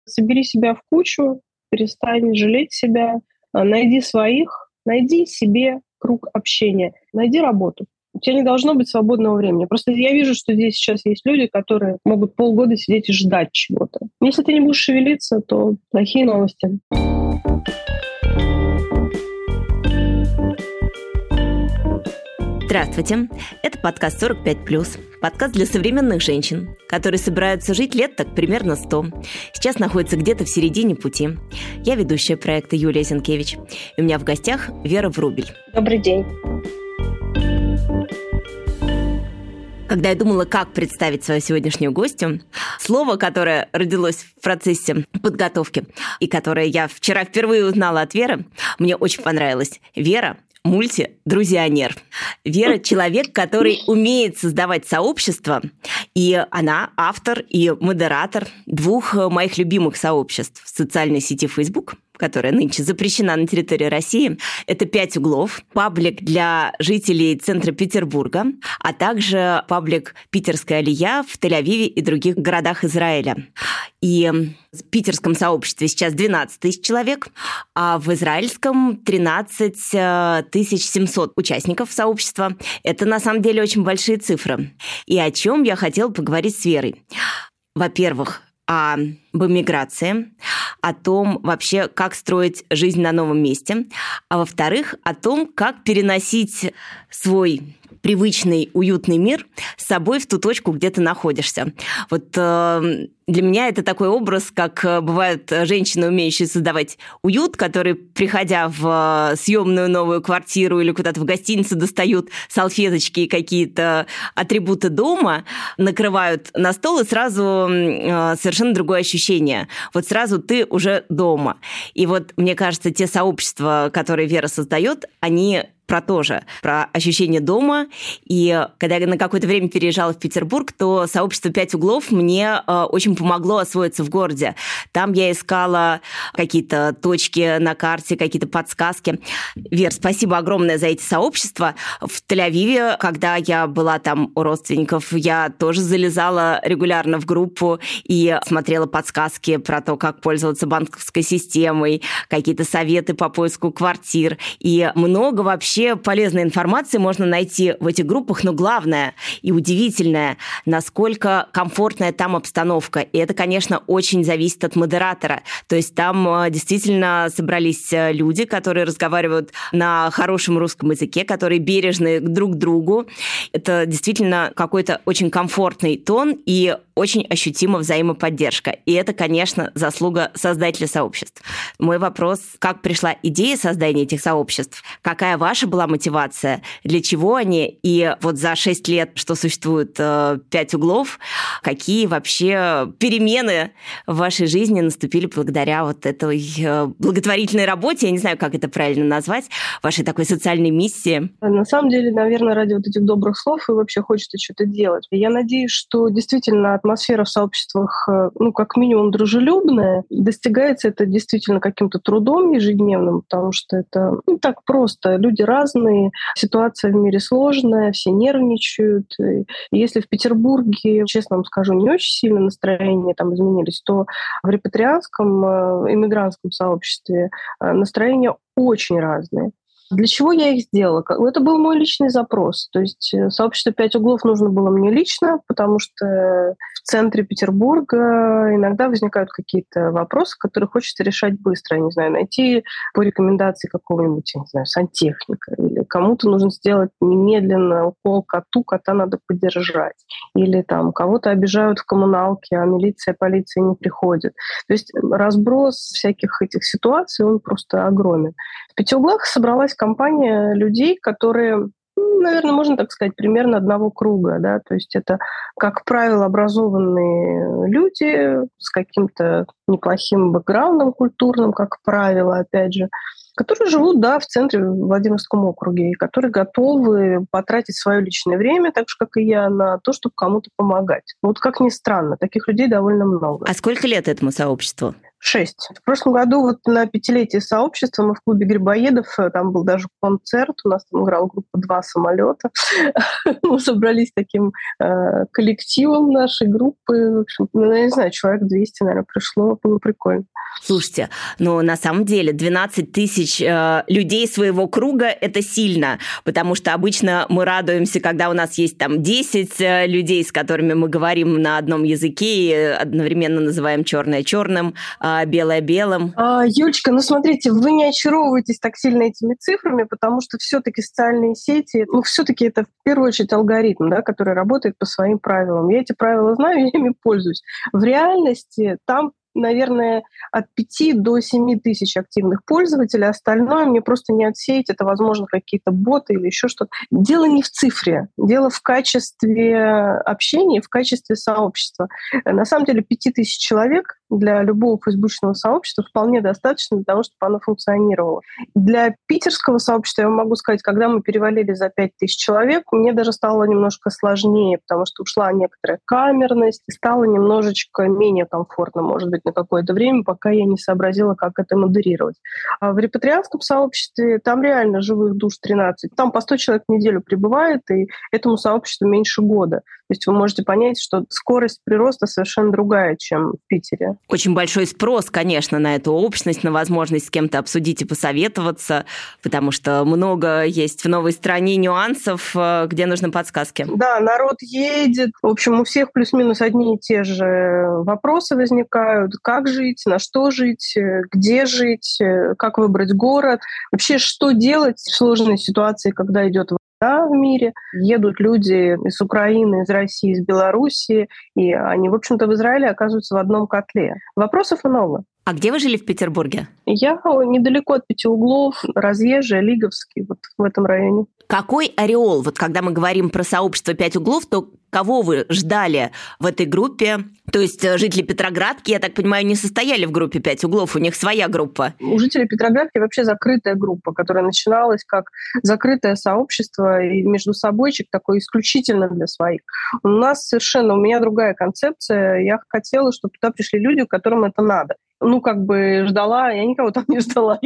Собери себя в кучу, перестань жалеть себя, найди своих, найди себе круг общения, найди работу. У тебя не должно быть свободного времени. Просто я вижу, что здесь сейчас есть люди, которые могут полгода сидеть и ждать чего-то. Если ты не будешь шевелиться, то плохие новости. Здравствуйте, это подкаст 45+, подкаст для современных женщин, которые собираются жить лет так примерно 100. Сейчас находятся где-то в середине пути. Я ведущая проекта Юлия Зинкевич, и у меня в гостях Вера Врубель. Добрый день. Когда я думала, как представить свою сегодняшнюю гостью, слово, которое родилось в процессе подготовки и которое я вчера впервые узнала от Веры, мне очень понравилось. Вера – мультидрузионер. Вера – человек, который умеет создавать сообщества, и она автор и модератор двух моих любимых сообществ в социальной сети Facebook, которая нынче запрещена на территории России. Это «5 углов», паблик для жителей центра Петербурга, а также паблик «Питерская алия» в Тель-Авиве и других городах Израиля. И в питерском сообществе сейчас 12 тысяч человек, а в израильском 13 700 участников сообщества. Это на самом деле очень большие цифры. И о чем я хотела поговорить с Верой. Во-первых, об эмиграции, о том вообще, как строить жизнь на новом месте, а во-вторых, о том, как переносить свой привычный, уютный мир с собой в ту точку, где ты находишься. Вот для меня это такой образ, как бывают женщины, умеющие создавать уют, которые, приходя в съемную новую квартиру или куда-то в гостиницу, достают салфеточки и какие-то атрибуты дома, накрывают на стол, и сразу совершенно другое ощущение. Вот сразу ты уже дома. И вот, мне кажется, те сообщества, которые Вера создает, они про то же, про ощущение дома. И когда я на какое-то время переезжала в Петербург, то сообщество «5 углов» мне очень помогло освоиться в городе. Там я искала какие-то точки на карте, какие-то подсказки. Вер, спасибо огромное за эти сообщества. В Тель-Авиве, когда я была там у родственников, я тоже залезала регулярно в группу и смотрела подсказки про то, как пользоваться банковской системой, какие-то советы по поиску квартир. И много вообще полезной информации можно найти в этих группах, но главное и удивительное, насколько комфортная там обстановка. И это, конечно, очень зависит от модератора. То есть там действительно собрались люди, которые разговаривают на хорошем русском языке, которые бережны друг к другу. Это действительно какой-то очень комфортный тон и очень ощутима взаимоподдержка. И это, конечно, заслуга создателя сообществ. Мой вопрос: как пришла идея создания этих сообществ? Какая ваша была мотивация? Для чего они? И вот за 6 лет, что существует 5 углов, какие вообще перемены в вашей жизни наступили благодаря вот этой благотворительной работе? Я не знаю, как это правильно назвать, вашей такой социальной миссии. На самом деле, наверное, ради вот этих добрых слов и вообще хочется что-то делать. Я надеюсь, что действительно атмосфера в сообществах, как минимум, дружелюбная. Достигается это действительно каким-то трудом ежедневным, потому что это не так просто. Люди разные, ситуация в мире сложная, все нервничают. И если в Петербурге, честно вам скажу, не очень сильно настроения там изменились, то в репатрианском, иммигрантском сообществе настроения очень разные. Для чего я их сделала? Это был мой личный запрос. То есть сообщество «5 углов» нужно было мне лично, потому что в центре Петербурга иногда возникают какие-то вопросы, которые хочется решать быстро. Я не знаю, найти по рекомендации какого-нибудь, я не знаю, сантехника. Или кому-то нужно сделать немедленно укол коту, кота надо поддержать. Или там кого-то обижают в коммуналке, а милиция, полиция не приходит. То есть разброс всяких этих ситуаций, он просто огромен. В «5 углах» собралась компания людей, которые, наверное, можно так сказать, примерно одного круга. Да? То есть это, как правило, образованные люди с каким-то неплохим бэкграундом культурным, как правило, опять же, которые живут, да, в центре, в Владимирском округе, и которые готовы потратить свое личное время, так же, как и я, на то, чтобы кому-то помогать. Вот как ни странно, таких людей довольно много. А сколько лет этому сообществу? 6. В прошлом году вот на 5-летие сообщества мы в клубе Грибоедов, там был даже концерт, у нас там играла группа «Два самолета». Мы собрались таким коллективом нашей группы. В общем, я не знаю, человек 200, наверное, пришло. Было прикольно. Слушайте, но на самом деле 12 тысяч людей своего круга – это сильно, потому что обычно мы радуемся, когда у нас есть там 10 людей, с которыми мы говорим на одном языке и одновременно называем черное черным, белое белым. Юлечка, ну смотрите, вы не очаровываетесь так сильно этими цифрами, потому что все-таки социальные сети, все-таки это в первую очередь алгоритм, да, который работает по своим правилам. Я эти правила знаю, я ими пользуюсь. В реальности там, наверное, от 5 до 7 тысяч активных пользователей. Остальное мне просто не отсеять. Это, возможно, какие-то боты или еще что-то. Дело не в цифре. Дело в качестве общения, в качестве сообщества. На самом деле 5 тысяч человек для любого фейсбучного сообщества вполне достаточно для того, чтобы оно функционировало. Для питерского сообщества я могу сказать, когда мы перевалили за 5 тысяч человек, мне даже стало немножко сложнее, потому что ушла некоторая камерность, стало немножечко менее комфортно, может быть, на какое-то время, пока я не сообразила, как это модерировать. А в репатрианском сообществе там реально живых душ 13. Там по 100 человек в неделю прибывает, и этому сообществу меньше года. То есть вы можете понять, что скорость прироста совершенно другая, чем в Питере. Очень большой спрос, конечно, на эту общность, на возможность с кем-то обсудить и посоветоваться, потому что много есть в новой стране нюансов, где нужны подсказки. Да, народ едет. В общем, у всех плюс-минус одни и те же вопросы возникают. Как жить, на что жить, где жить, как выбрать город. Вообще, что делать в сложной ситуации, когда идет в мире. Едут люди из Украины, из России, из Белоруссии, и они, в общем-то, в Израиле оказываются в одном котле. Вопросов много. А где вы жили в Петербурге? Я недалеко от Пяти углов, Разъезжая, Лиговский, вот в этом районе. Какой ореол? Вот когда мы говорим про сообщество «Пять углов», то кого вы ждали в этой группе? То есть жители Петроградки, я так понимаю, не состояли в группе «Пять углов», у них своя группа. У жителей Петроградки вообще закрытая группа, которая начиналась как закрытое сообщество и между собойчик такой исключительно для своих. У меня другая концепция. Я хотела, чтобы туда пришли люди, которым это надо. Ждала, я никого там не ждала.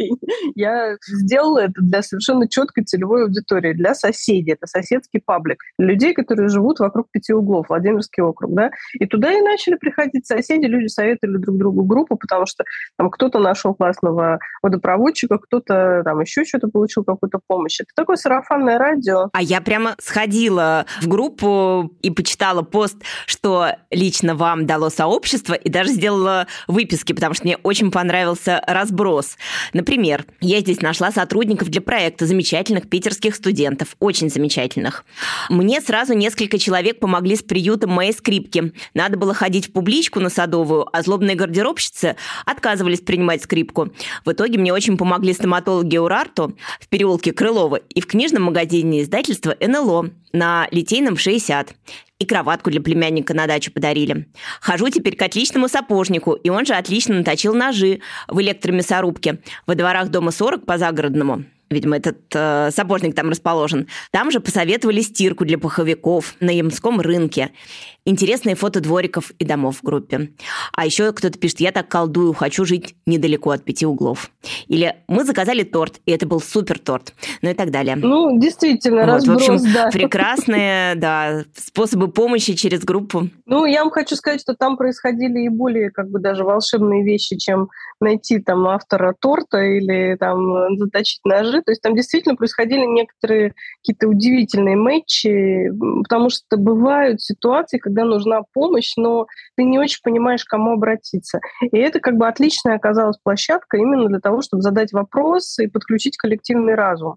Я сделала это для совершенно четкой целевой аудитории, для соседей. Это соседский паблик. Людей, которые живут вокруг Пяти углов, Владимирский округ, да. И туда и начали приходить соседи, люди советовали друг другу группу, потому что там кто-то нашел классного водопроводчика, кто-то там еще что-то получил, какую-то помощь. Это такое сарафанное радио. А я прямо сходила в группу и почитала пост, что лично вам дало сообщество, и даже сделала выписки, потому что мне очень понравился разброс. Например, я здесь нашла сотрудников для проекта, замечательных питерских студентов, очень замечательных. Мне сразу несколько человек помогли с приютом моей скрипки. Надо было ходить в публичку на Садовую, а злобные гардеробщицы отказывались принимать скрипку. В итоге мне очень помогли стоматологи Урарту в переулке Крылова и в книжном магазине издательства НЛО на Литейном 60. И кроватку для племянника на дачу подарили. Хожу теперь к отличному сапожнику, и он же отлично наточил ножи в электромясорубке. Во дворах дома 40 по Загородному. Видимо, этот сапожник там расположен. Там же посоветовали стирку для пуховиков на Ямском рынке. Интересные фото двориков и домов в группе. А еще кто-то пишет: я так колдую, хочу жить недалеко от Пяти углов. Или мы заказали торт, и это был супер торт. Ну и так далее. Действительно, разброс, в общем, да. Прекрасные, да, способы помощи через группу. Я вам хочу сказать, что там происходили и более даже волшебные вещи, чем найти там автора торта или там заточить ножи. То есть там действительно происходили некоторые какие-то удивительные мэтчи, потому что бывают ситуации, когда нужна помощь, но ты не очень понимаешь, к кому обратиться. И это отличная оказалась площадка именно для того, чтобы задать вопрос и подключить коллективный разум.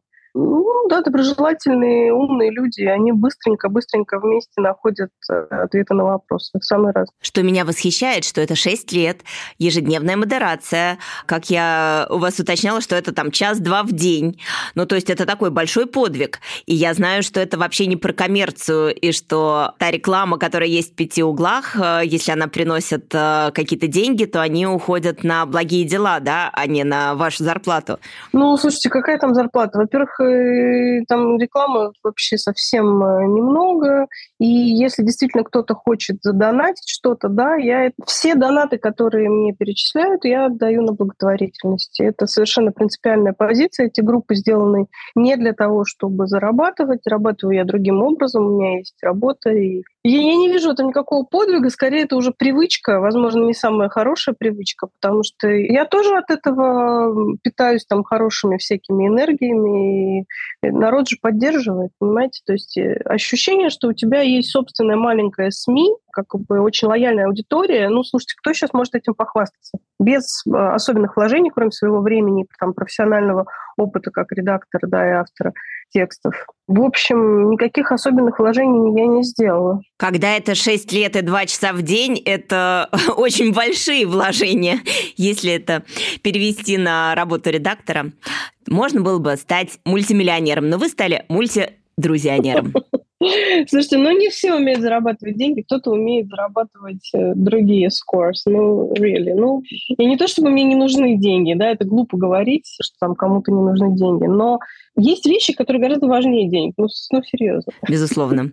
Доброжелательные, умные люди, они быстренько вместе находят ответы на вопросы. Это самый раз. Что меня восхищает, что это 6 лет, ежедневная модерация. Как я у вас уточняла, что это там час-два в день. То есть это такой большой подвиг. И я знаю, что это вообще не про коммерцию, и что та реклама, которая есть в Пяти углах, если она приносит какие-то деньги, то они уходят на благие дела, да, а не на вашу зарплату. Слушайте, какая там зарплата? Во-первых, там рекламы вообще совсем немного. И если действительно кто-то хочет задонатить что-то, да, все донаты, которые мне перечисляют, я отдаю на благотворительность. Это совершенно принципиальная позиция. Эти группы сделаны не для того, чтобы зарабатывать. Зарабатываю я другим образом. У меня есть работа. И я не вижу в этом никакого подвига. Скорее, это уже привычка. Возможно, не самая хорошая привычка, потому что я тоже от этого питаюсь там хорошими всякими энергиями. И народ же поддерживает, понимаете? То есть ощущение, что у тебя есть собственная маленькая СМИ, как бы очень лояльная аудитория. Ну, слушайте, кто сейчас может этим похвастаться? Без особенных вложений, кроме своего времени, там, профессионального опыта как редактора, да, и автора текстов. В общем, никаких особенных вложений я не сделала. Когда это 6 лет и 2 часа в день, это очень большие вложения. Если это перевести на работу редактора, можно было бы стать мультимиллионером, но вы стали мультидрузионером. Слушайте, не все умеют зарабатывать деньги, кто-то умеет зарабатывать другие scores, really. И не то, чтобы мне не нужны деньги, да, это глупо говорить, что там кому-то не нужны деньги, но есть вещи, которые гораздо важнее денег, серьезно. Безусловно.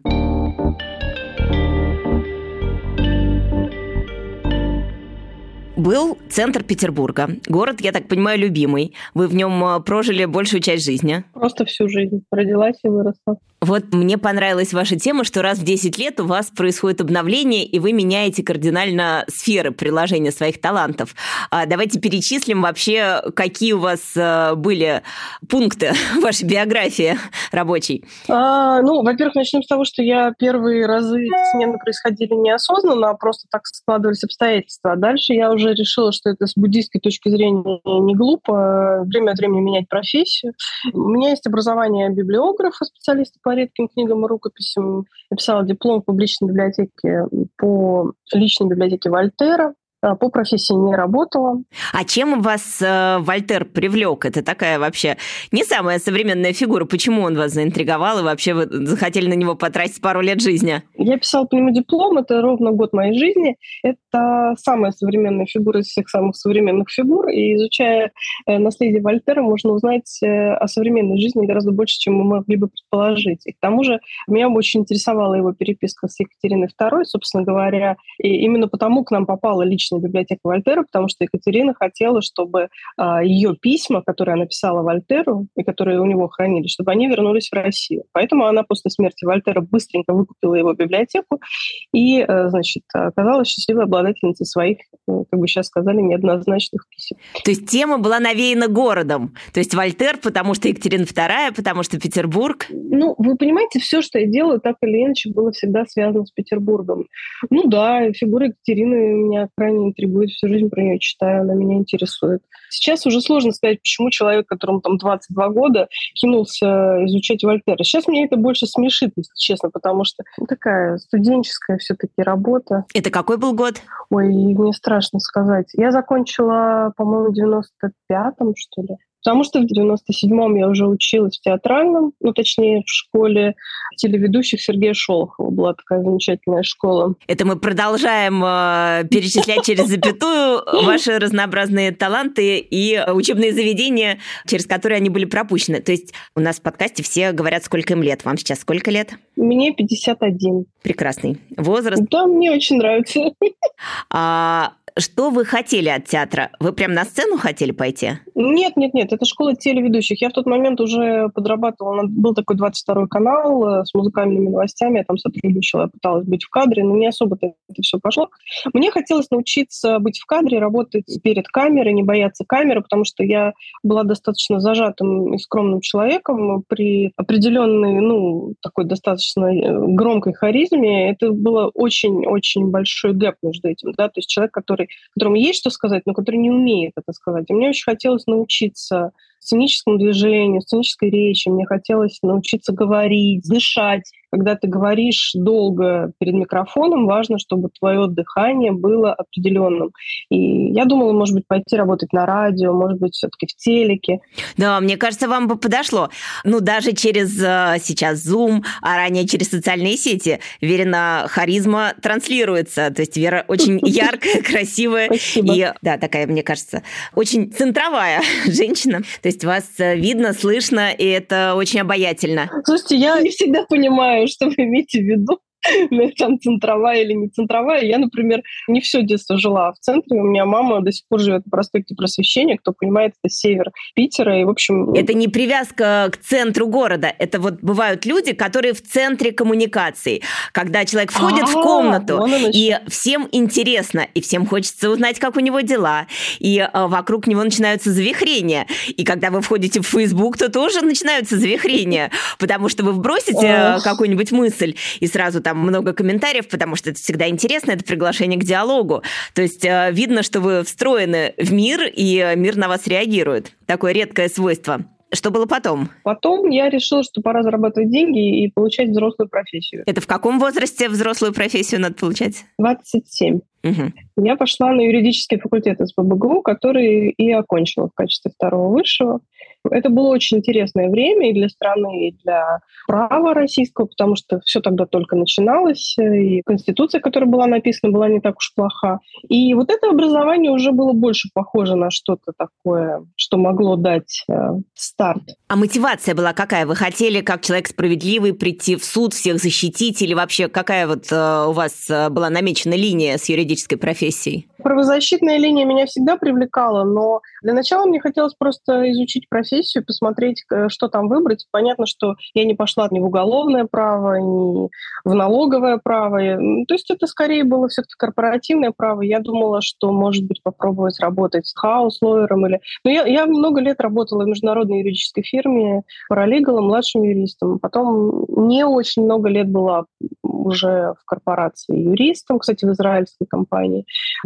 Был центр Петербурга. Город, я так понимаю, любимый. Вы в нем прожили большую часть жизни. Просто всю жизнь. Родилась и выросла. Вот мне понравилась ваша тема, что раз в 10 лет у вас происходит обновление, и вы меняете кардинально сферы приложения своих талантов. Давайте перечислим вообще, какие у вас были пункты в вашей биографии рабочей. Во-первых, начнем с того, что я первые разы смены происходили неосознанно, а просто так складывались обстоятельства. А дальше я уже решила, что это с буддийской точки зрения не глупо время от времени менять профессию. У меня есть образование библиографа, специалиста по редким книгам и рукописям. Написала диплом в публичной библиотеке по личной библиотеке Вольтера. По профессии не работала. А чем вас Вольтер привлек? Это такая вообще не самая современная фигура. Почему он вас заинтриговал, и вообще вы захотели на него потратить пару лет жизни? Я писала по нему диплом, это ровно год моей жизни. Это самая современная фигура из всех самых современных фигур. И изучая наследие Вольтера, можно узнать о современной жизни гораздо больше, чем мы могли бы предположить. И к тому же меня очень интересовала его переписка с Екатериной II, собственно говоря. И именно потому к нам попала личная библиотека Вольтера, потому что Екатерина хотела, чтобы ее письма, которые она писала Вольтеру и которые у него хранились, чтобы они вернулись в Россию. Поэтому она после смерти Вольтера быстренько выкупила его библиотеку и, оказалась счастливой обладательницей своих, как бы сейчас сказали, неоднозначных писем. То есть тема была навеяна городом. То есть Вольтер, потому что Екатерина II, потому что Петербург. Вы понимаете, все, что я делаю, так или иначе было всегда связано с Петербургом. Фигура Екатерины меня крайне интригует, всю жизнь про нее читаю, она меня интересует. Сейчас уже сложно сказать, почему человек, которому там 22 года, кинулся изучать Вольтера. Сейчас меня это больше смешит, если честно, потому что такая студенческая все-таки работа. Это какой был год? Ой, мне страшно сказать. Я закончила, по-моему, в 95-м, что ли. Потому что в 97-м я уже училась в театральном, точнее, в школе телеведущих Сергея Шолохова. Была такая замечательная школа. Это мы продолжаем перечислять через запятую ваши разнообразные таланты и учебные заведения, через которые они были пропущены. То есть у нас в подкасте все говорят, сколько им лет. Вам сейчас сколько лет? Мне 51. Прекрасный возраст. Да, мне очень нравится. Что вы хотели от театра? Вы прям на сцену хотели пойти? Нет. Это школа телеведущих. Я в тот момент уже подрабатывала. Был такой 22-й канал с музыкальными новостями. Я там сотрудничала, я пыталась быть в кадре, но не особо-то это все пошло. Мне хотелось научиться быть в кадре, работать перед камерой, не бояться камеры, потому что я была достаточно зажатым и скромным человеком при определенной, такой достаточно громкой харизме. Это было очень-очень большой гэп между этим. Да? То есть человек, которому есть что сказать, но который не умеет это сказать. И мне очень хотелось научиться сценическому движению, сценической речи. Мне хотелось научиться говорить, дышать. когда ты говоришь долго перед микрофоном, важно, чтобы твое дыхание было определенным. И я думала, может быть, пойти работать на радио, может быть, все-таки в телеке. Да, мне кажется, вам бы подошло. Даже через сейчас Zoom, а ранее через социальные сети Верина харизма транслируется. То есть Вера очень яркая, красивая. Спасибо. И, да, такая, мне кажется, очень центровая женщина. То есть вас видно, слышно, и это очень обаятельно. Слушайте, я не всегда понимаю, что вы имеете в виду. Там центровая или не центровая. Я, например, не все детство жила в центре. У меня мама до сих пор живет на проспекте Просвещения. Кто понимает, это север Питера. И, в общем... Это не привязка к центру города. Это вот бывают люди, которые в центре коммуникаций. Когда человек входит в комнату, и всем интересно, и всем хочется узнать, как у него дела. И вокруг него начинаются завихрения. И когда вы входите в Facebook, то тоже начинаются завихрения. Потому что вы вбросите какую-нибудь мысль, и сразу там много комментариев, потому что это всегда интересно, это приглашение к диалогу. То есть видно, что вы встроены в мир, и мир на вас реагирует. Такое редкое свойство. Что было потом? Потом я решила, что пора зарабатывать деньги и получать взрослую профессию. Это в каком возрасте взрослую профессию надо получать? 27. Угу. Я пошла на юридический факультет СПбГУ, который и окончила в качестве второго высшего. Это было очень интересное время и для страны, и для права российского, потому что все тогда только начиналось, и Конституция, которая была написана, была не так уж плоха. И вот это образование уже было больше похоже на что-то такое, что могло дать старт. А мотивация была какая? Вы хотели, как человек справедливый, прийти в суд, всех защитить? Или вообще какая вот у вас была намечена линия с юридической профессией? Правозащитная линия меня всегда привлекала, но для начала мне хотелось просто изучить профессию, посмотреть, что там выбрать. Понятно, что я не пошла ни в уголовное право, ни в налоговое право. То есть это скорее было все-таки корпоративное право. Я думала, что, может быть, попробовать работать с хаус-лоером. Но я много лет работала в международной юридической фирме, паралигалом, младшим юристом. Потом не очень много лет была уже в корпорации юристом, кстати, в израильской компании.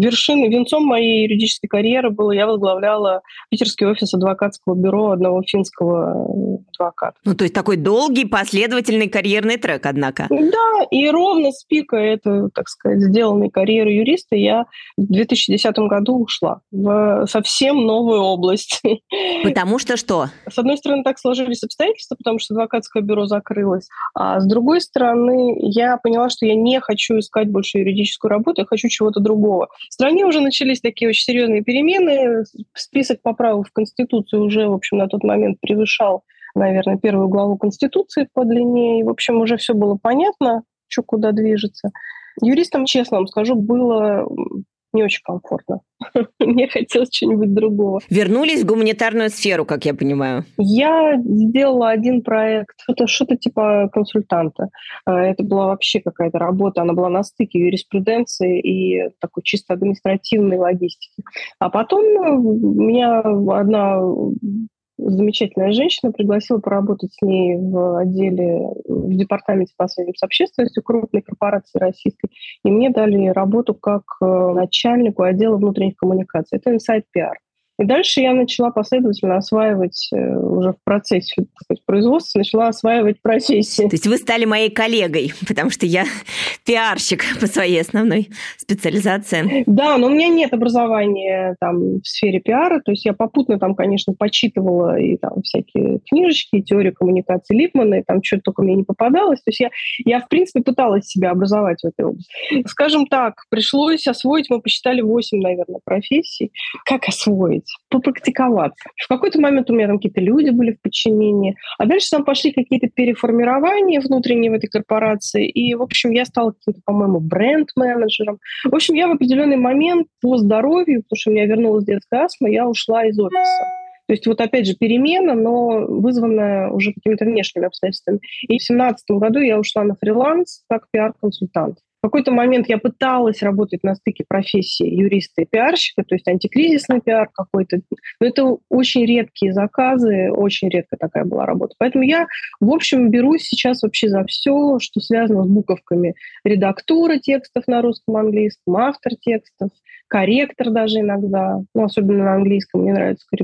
Венцом моей юридической карьеры было, я возглавляла питерский офис адвокатского бюро одного финского адвоката. То есть такой долгий, последовательный карьерный трек, однако. Да, и ровно с пика этой, так сказать, сделанной карьеры юриста я в 2010 году ушла в совсем новую область. Потому что что? С одной стороны, так сложились обстоятельства, потому что адвокатское бюро закрылось, а с другой стороны, я поняла, что я не хочу искать больше юридическую работу, я хочу чего-то другого. В стране уже начались такие очень серьезные перемены. Список поправок в Конституцию уже, в общем, на тот момент превышал, наверное, первую главу Конституции по длине. И, в общем, уже все было понятно, что куда движется. Юристам, честно вам скажу, было не очень комфортно. Мне хотелось чего-нибудь другого. Вернулись в гуманитарную сферу, как я понимаю. Я сделала один проект, что-то типа консультанта. Это была вообще какая-то работа, она была на стыке юриспруденции и такой чисто административной логистики. А потом меня одна замечательная женщина пригласила поработать с ней в отделе, в департаменте по связям с общественностью крупной корпорации российской. И мне дали работу как начальнику отдела внутренних коммуникаций. Это Inside PR. И дальше я начала последовательно осваивать, уже в процессе, так сказать, производства, начала осваивать профессии. То есть вы стали моей коллегой, потому что я пиарщик по своей основной специализации. Да, но у меня нет образования там в сфере пиара, то есть я попутно там, конечно, почитывала и там всякие книжечки, теорию коммуникации Липмана, и там что-то только мне не попадалось. То есть я, в принципе, пыталась себя образовать в этой области. Скажем так, пришлось освоить, мы посчитали 8, наверное, профессий. Как освоить? Попрактиковаться. В какой-то момент у меня там какие-то люди были в подчинении, а дальше там пошли какие-то переформирования внутренние в этой корпорации, и, в общем, я стала каким-то, по-моему, бренд-менеджером. В общем, я в определенный момент по здоровью, потому что у меня вернулась детская астма, я ушла из офиса. То есть вот опять же перемена, но вызванная уже какими-то внешними обстоятельствами. И в 2017 году я ушла на фриланс как пиар-консультант. В какой-то момент я пыталась работать на стыке профессии юриста и пиарщика, то есть антикризисный пиар какой-то. Но это очень редкие заказы, очень редко такая была работа. Поэтому я, в общем, берусь сейчас вообще за все, что связано с буковками. Редактура текстов на русском, английском, автор текстов, корректор даже иногда. Особенно на английском мне нравится корректура, это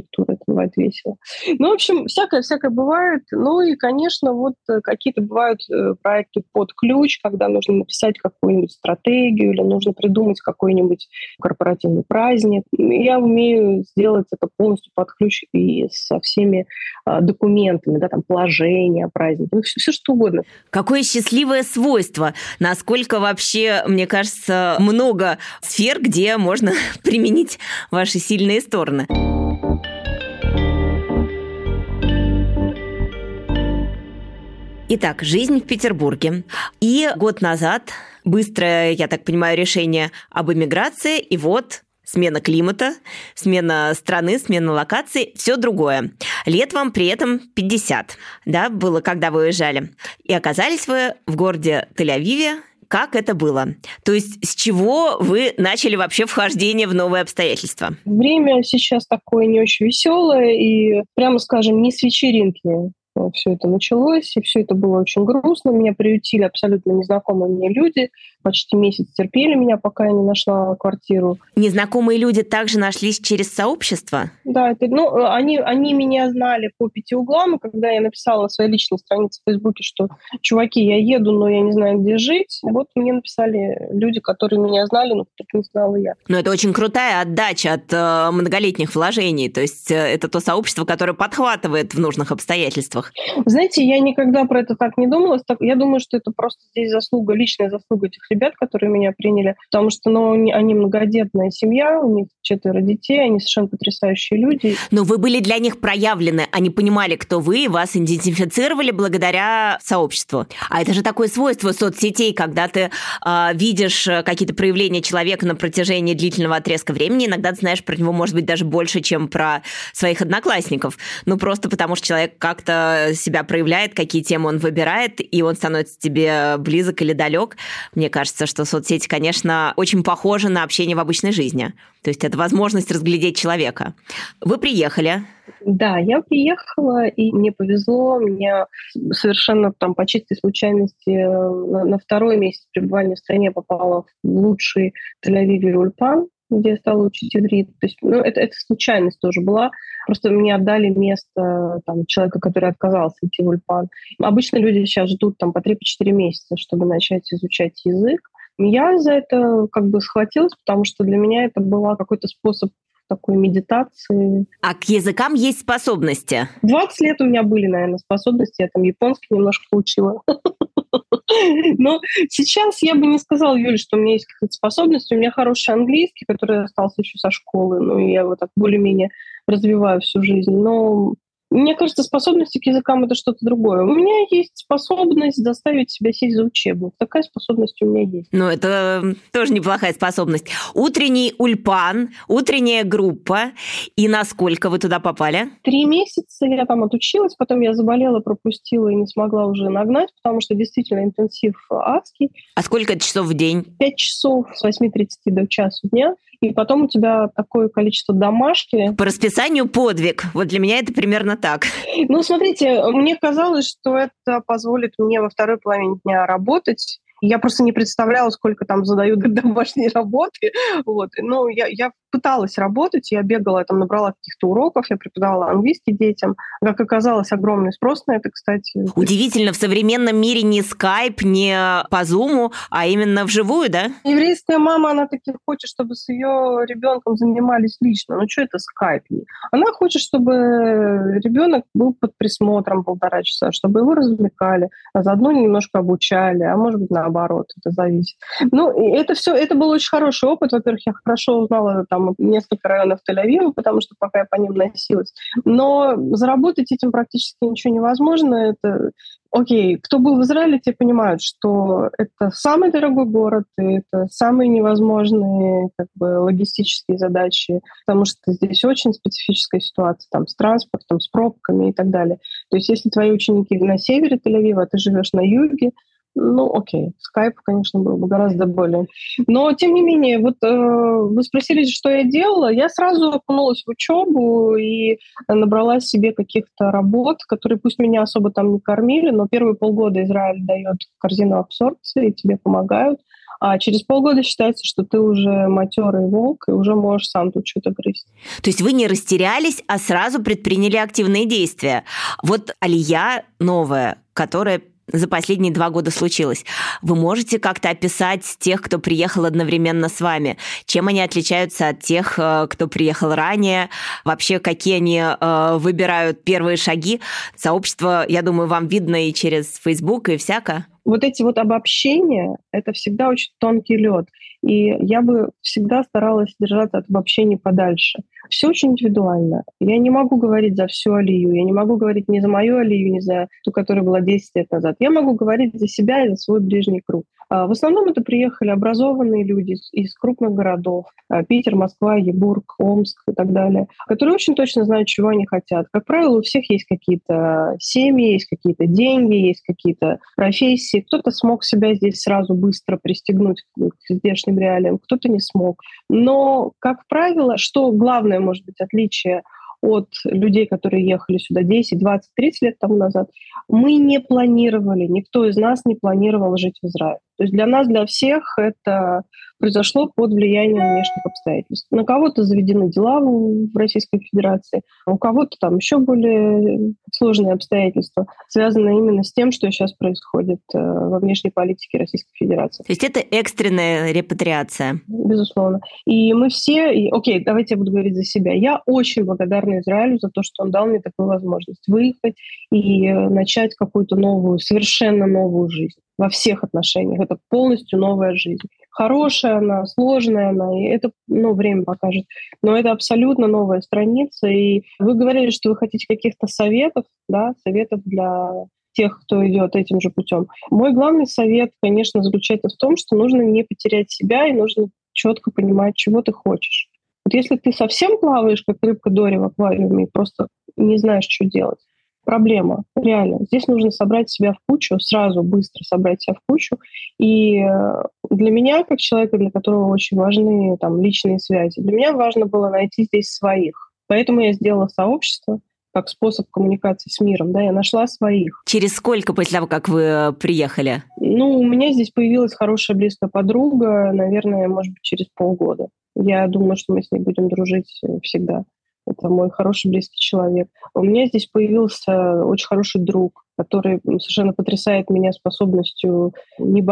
бывает весело. Ну, в общем, всякое бывает. Ну и, конечно, вот какие-то бывают проекты под ключ, когда нужно написать какую-нибудь стратегию или нужно придумать какой-нибудь корпоративный праздник. Я умею сделать это полностью под ключ и со всеми документами, да, там, положения праздника, все что угодно. Какое счастливое свойство! Насколько вообще, мне кажется, много сфер, где можно применить ваши сильные стороны. Итак, жизнь в Петербурге. И год назад быстрое, я так понимаю, решение об эмиграции, и вот смена климата, смена страны, смена локаций, все другое. Лет вам при этом 50, да, было, когда вы уезжали. И оказались вы в городе Тель-Авиве. Как это было? То есть с чего вы начали вообще вхождение в новые обстоятельства? Время сейчас такое не очень веселое и, прямо скажем, не с вечеринки все это началось, и все это было очень грустно. Меня приютили абсолютно незнакомые мне люди. Почти месяц терпели меня, пока я не нашла квартиру. Незнакомые люди также нашлись через сообщество? Да, они меня знали по 5 углам, и когда я написала в своей личной странице в Фейсбуке, что «Чуваки, я еду, но я не знаю, где жить», вот мне написали люди, которые меня знали, но которых не знала я. Но это очень крутая отдача от многолетних вложений, то есть это то сообщество, которое подхватывает в нужных обстоятельствах. Знаете, я никогда про это так не думала. Я думаю, что это просто здесь личная заслуга этих ребят, которые меня приняли, потому что они многодетная семья, у них 4 детей, они совершенно потрясающие люди. Но вы были для них проявлены, они понимали, кто вы, вас идентифицировали благодаря сообществу. А это же такое свойство соцсетей, когда ты видишь какие-то проявления человека на протяжении длительного отрезка времени, иногда ты знаешь про него, может быть, даже больше, чем про своих одноклассников. Ну, просто потому что человек как-то себя проявляет, какие темы он выбирает, и он становится тебе близок или далек. Мне кажется, что соцсети, конечно, очень похожи на общение в обычной жизни. То есть это возможность разглядеть человека. Вы приехали. Да, я приехала, и мне повезло. Меня совершенно там по чистой случайности на 2-й месяц пребывания в стране попала в лучший Тель-Авиве Ульпан, где я стала учить иврит. То есть, это случайность тоже была. Просто мне отдали место там, человека, который отказался идти в Ульпан. Обычно люди сейчас ждут там по 3-4 месяца, чтобы начать изучать язык. Я за это как бы схватилась, потому что для меня это был какой-то способ такой медитации. А к языкам есть способности? 20 лет у меня были, наверное, способности. Я там японский немножко учила. Но сейчас я бы не сказала, Юля, что у меня есть какие-то способности. У меня хороший английский, который остался еще со школы. Ну, и я его так более-менее развиваю всю жизнь. Но мне кажется, способности к языкам — это что-то другое. У меня есть способность заставить себя сесть за учебник. Такая способность у меня есть. Ну, это тоже неплохая способность. Утренний Ульпан, утренняя группа. И насколько вы туда попали? 3 месяца я там отучилась, потом я заболела, пропустила и не смогла уже нагнать, потому что действительно интенсив адский. А сколько часов в день? 5 часов с 8:30 до часу дня. И потом у тебя такое количество домашки. По расписанию подвиг. Вот для меня это примерно так. Ну, смотрите, мне казалось, что это позволит мне во второй половине дня работать. Я просто не представляла, сколько там задают домашние работы. Вот. Но я пыталась работать, я бегала, я там набрала каких-то уроков, я преподавала английский детям. Как оказалось, огромный спрос на это, кстати. Удивительно, в современном мире не скайп, не по зуму, а именно вживую, да? Еврейская мама, она таки хочет, чтобы с ее ребенком занимались лично. Ну, что это скайп? Она хочет, чтобы ребенок был под присмотром 1,5 часа, чтобы его развлекали, а заодно немножко обучали, а может быть, наоборот, это зависит. Ну, это все, это был очень хороший опыт. Во-первых, я хорошо узнала там несколько районов Тель-Авива, потому что пока я по ним носилась. Но заработать этим практически ничего невозможно. Это окей, кто был в Израиле, те понимают, что это самый дорогой город, и это самые невозможные логистические задачи, потому что здесь очень специфическая ситуация там, с транспортом, с пробками и так далее. То есть если твои ученики на севере Тель-Авива, а ты живешь на юге, ну, окей, скайп, конечно, был бы гораздо более. Но, тем не менее, вот вы спросили, что я делала. Я сразу окунулась в учебу и набрала себе каких-то работ, которые пусть меня особо там не кормили, но первые полгода Израиль дает корзину абсорбции, и тебе помогают. А через полгода считается, что ты уже матерый волк и уже можешь сам тут что-то грызть. То есть вы не растерялись, а сразу предприняли активные действия. Вот алия новая, которая за последние 2 года случилась. Вы можете как-то описать тех, кто приехал одновременно с вами? Чем они отличаются от тех, кто приехал ранее? Вообще, какие они выбирают первые шаги? Сообщество, я думаю, вам видно и через Facebook, и всяко. Вот эти вот обобщения — это всегда очень тонкий лед. И я бы всегда старалась держаться от обобщений подальше. Все очень индивидуально. Я не могу говорить за всю алию. Я не могу говорить ни за мою алию, ни за ту, которая была 10 лет назад. Я могу говорить за себя и за свой ближний круг. В основном это приехали образованные люди из крупных городов. Питер, Москва, Ебург, Омск и так далее, которые очень точно знают, чего они хотят. Как правило, у всех есть какие-то семьи, есть какие-то деньги, есть какие-то профессии. Кто-то смог себя здесь сразу быстро пристегнуть к здешним реалиям, кто-то не смог. Но, как правило, что главное, может быть, отличие от людей, которые ехали сюда 10, 20, 30 лет тому назад, мы не планировали, никто из нас не планировал жить в Израиле. То есть для нас, для всех это произошло под влиянием внешних обстоятельств. На кого-то заведены дела в Российской Федерации, а у кого-то там еще более сложные обстоятельства, связанные именно с тем, что сейчас происходит во внешней политике Российской Федерации. То есть это экстренная репатриация? Безусловно. И мы все... Окей, давайте я буду говорить за себя. Я очень благодарна Израилю за то, что он дал мне такую возможность выехать и начать какую-то новую, совершенно новую жизнь во всех отношениях. Это полностью новая жизнь. Хорошая она, сложная она, и это время покажет. Но это абсолютно новая страница. И вы говорили, что вы хотите каких-то советов, да, советов для тех, кто идет этим же путем. Мой главный совет, конечно, заключается в том, что нужно не потерять себя и нужно четко понимать, чего ты хочешь. Вот если ты совсем плаваешь, как рыбка Дори в аквариуме, и просто не знаешь, что делать, проблема, реально. Здесь нужно собрать себя в кучу, сразу, быстро собрать себя в кучу. И для меня, как человека, для которого очень важны там личные связи, для меня важно было найти здесь своих. Поэтому я сделала сообщество как способ коммуникации с миром, да, я нашла своих. Через сколько после того, как вы приехали? У меня здесь появилась хорошая близкая подруга, наверное, может быть, через полгода. Я думаю, что мы с ней будем дружить всегда. Это мой хороший близкий человек. У меня здесь появился очень хороший друг, который совершенно потрясает меня способностью не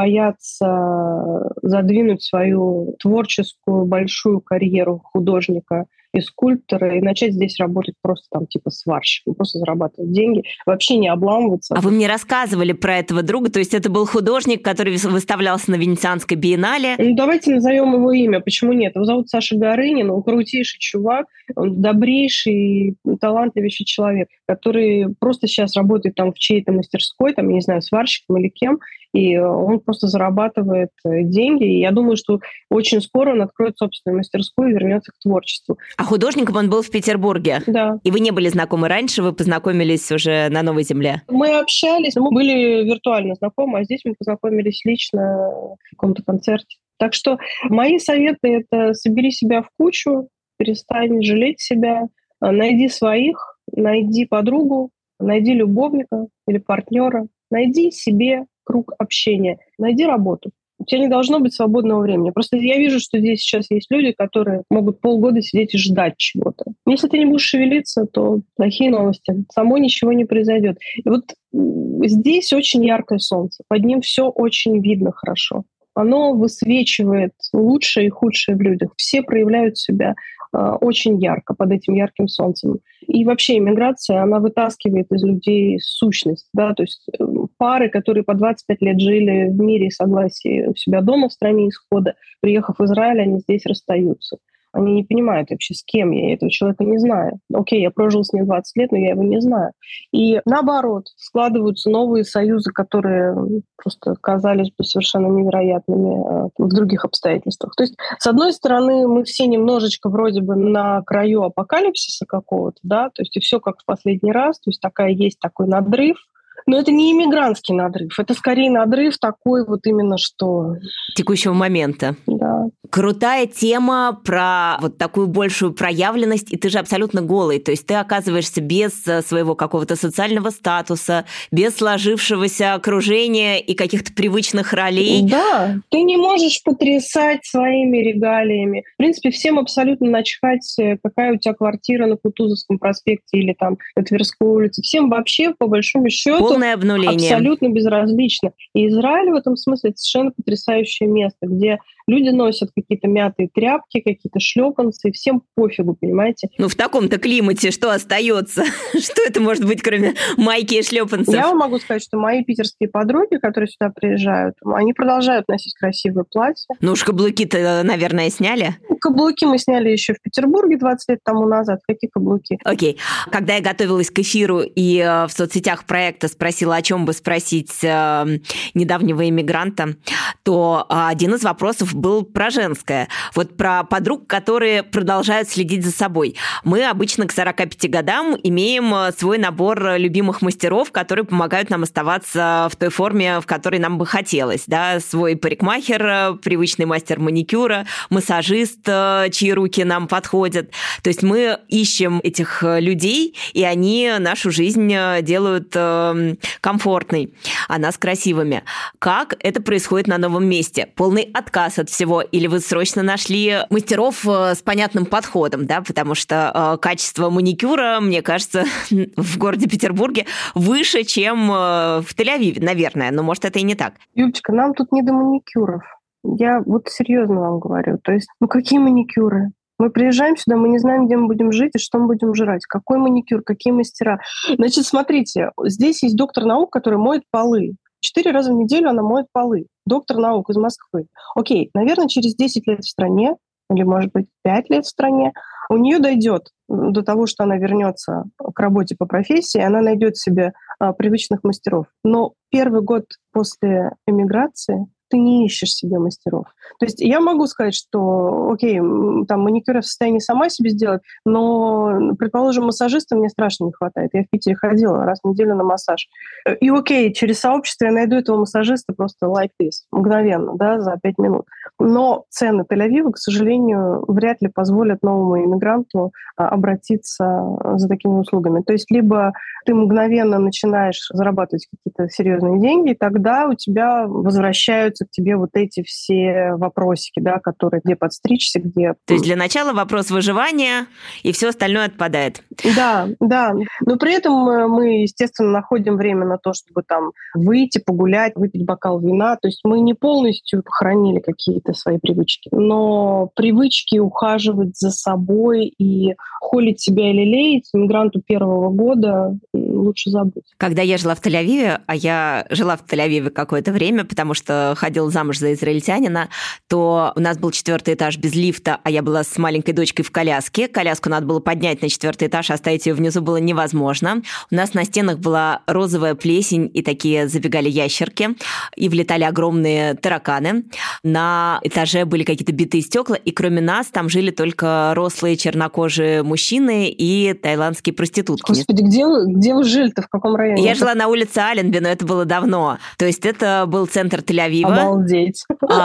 бояться задвинуть свою творческую большую карьеру художника и скульптора и начать здесь работать просто там типа сварщиком, просто зарабатывать деньги, вообще не обламываться. А вы мне рассказывали про этого друга, то есть это был художник, который выставлялся на Венецианской биеннале? Давайте назовем его имя, почему нет? Его зовут Саша Горынин, он крутейший чувак, он добрейший, талантливейший человек, который просто сейчас работает там в чьей-то мастерской, там, я не знаю, сварщиком или кем, и он просто зарабатывает деньги. И я думаю, что очень скоро он откроет собственную мастерскую и вернется к творчеству. А художником он был в Петербурге? Да. И вы не были знакомы раньше, вы познакомились уже на новой земле? Мы общались, мы были виртуально знакомы, а здесь мы познакомились лично в каком-то концерте. Так что мои советы — это собери себя в кучу, перестань жалеть себя, найди своих, найди подругу, найди любовника или партнера, найди себе круг общения, найди работу. У тебя не должно быть свободного времени. Просто я вижу, что здесь сейчас есть люди, которые могут полгода сидеть и ждать чего-то. Если ты не будешь шевелиться, то плохие новости. Само ничего не произойдет. И вот здесь очень яркое солнце. Под ним все очень видно хорошо. Оно высвечивает лучшее и худшее в людях. Все проявляют себя очень ярко под этим ярким солнцем. И вообще иммиграция, она вытаскивает из людей сущность. Да? То есть пары, которые по 25 лет жили в мире и согласии у себя дома в стране исхода, приехав в Израиль, они здесь расстаются. Они не понимают вообще, с кем я этого человека не знаю. Окей, я прожил с ним 20 лет, но я его не знаю. И наоборот, складываются новые союзы, которые просто казались бы совершенно невероятными в других обстоятельствах. То есть, с одной стороны, мы все немножечко вроде бы на краю апокалипсиса какого-то, да, то есть и все как в последний раз, то есть есть такой надрыв, Но это не иммигрантский надрыв, это скорее надрыв такой вот именно что... Текущего момента. Да. Крутая тема про вот такую большую проявленность, и ты же абсолютно голый, то есть ты оказываешься без своего какого-то социального статуса, без сложившегося окружения и каких-то привычных ролей. Да, ты не можешь потрясать своими регалиями. В принципе, всем абсолютно начхать, какая у тебя квартира на Кутузовском проспекте или там на Тверской улице. Всем вообще, по большому счету, полное обнуление. Абсолютно безразлично. И Израиль в этом смысле совершенно потрясающее место, где люди носят какие-то мятые тряпки, какие-то шлепанцы, и всем пофигу, понимаете? Ну, в таком-то климате что остается? Что это может быть, кроме майки и шлепанцев? Я вам могу сказать, что мои питерские подруги, которые сюда приезжают, они продолжают носить красивые платья. Ну уж каблуки-то, наверное, сняли? Каблуки мы сняли еще в Петербурге 20 лет тому назад. Какие каблуки? Окей. Когда я готовилась к эфиру и в соцсетях проекта спросила, о чем бы спросить недавнего иммигранта, то один из вопросов был про женское. Вот про подруг, которые продолжают следить за собой. Мы обычно к 45 годам имеем свой набор любимых мастеров, которые помогают нам оставаться в той форме, в которой нам бы хотелось. Да? Свой парикмахер, привычный мастер маникюра, массажист, чьи руки нам подходят. То есть мы ищем этих людей, и они нашу жизнь делают комфортной, а нас красивыми. Как это происходит на новом месте? Полный отказ от всего? Или вы срочно нашли мастеров с понятным подходом? Да? Потому что качество маникюра, мне кажется, в городе Петербурге выше, чем в Тель-Авиве, наверное. Но, может, это и не так. Юлечка, нам тут не до маникюров. Я вот серьезно вам говорю. То есть, какие маникюры? Мы приезжаем сюда, мы не знаем, где мы будем жить и что мы будем жрать. Какой маникюр, какие мастера. Значит, смотрите, здесь есть доктор наук, который моет полы. 4 раза в неделю она моет полы. Доктор наук из Москвы. Окей, наверное, через 10 лет в стране, или, может быть, 5 лет в стране, у нее дойдет до того, что она вернется к работе по профессии, она найдет себе привычных мастеров. Но первый год после эмиграции ты не ищешь себе мастеров. То есть я могу сказать, что, окей, там маникюр я в состоянии сама себе сделать, но, предположим, массажиста мне страшно не хватает. Я в Питере ходила раз в неделю на массаж. И окей, через сообщество я найду этого массажиста просто like this, мгновенно, да, за 5 минут. Но цены Тель-Авива, к сожалению, вряд ли позволят новому иммигранту обратиться за такими услугами. То есть либо ты мгновенно начинаешь зарабатывать какие-то серьезные деньги, и тогда у тебя возвращаются к тебе вот эти все вопросики, да, которые где подстричься, где... То есть для начала вопрос выживания, и все остальное отпадает. Да. Но при этом мы, естественно, находим время на то, чтобы там выйти, погулять, выпить бокал вина. То есть мы не полностью похоронили какие-то свои привычки, но привычки ухаживать за собой и холить себя или лелеять иммигранту первого года лучше забыть. Когда я жила в Тель-Авиве, а я жила в Тель-Авиве какое-то время, потому что ходила замуж за израильтянина, то у нас был 4-й этаж без лифта, а я была с маленькой дочкой в коляске. Коляску надо было поднять на 4-й этаж, оставить ее внизу было невозможно. У нас на стенах была розовая плесень, и такие забегали ящерки, и влетали огромные тараканы. На этаже были какие-то битые стекла, и кроме нас там жили только рослые чернокожие мужчины и таиландские проститутки. Господи, где вы жили-то, в каком районе? Я жила на улице Аленби, но это было давно. То есть это был центр Тель-Авива. Обалдеть.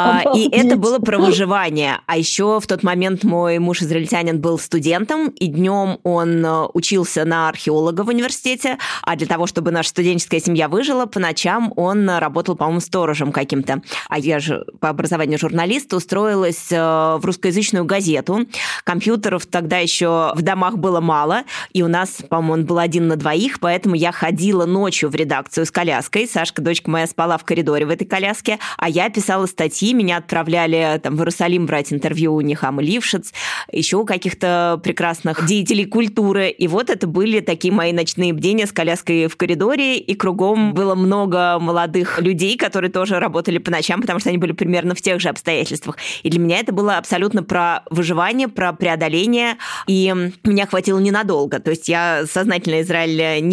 И это было про выживание. А еще в тот момент мой муж израильтянин был студентом, и днем он учился на археолога в университете, а для того, чтобы наша студенческая семья выжила, по ночам он работал, по-моему, сторожем каким-то. А я же по образованию журналист, устроилась в русскоязычную газету. Компьютеров тогда еще в домах было мало, и у нас, по-моему, он был 1 на 2, поэтому я ходила ночью в редакцию с коляской. Сашка, дочка моя, спала в коридоре в этой коляске, а я писала статьи, меня отправляли там в Иерусалим брать интервью у Нехамы Лившиц, еще у каких-то прекрасных деятелей культуры. И вот это были такие мои ночные бдения с коляской в коридоре, и кругом было много молодых людей, которые тоже работали по ночам, потому что они были примерно в тех же обстоятельствах. И для меня это было абсолютно про выживание, про преодоление, и меня хватило ненадолго. То есть я сознательно Израиль не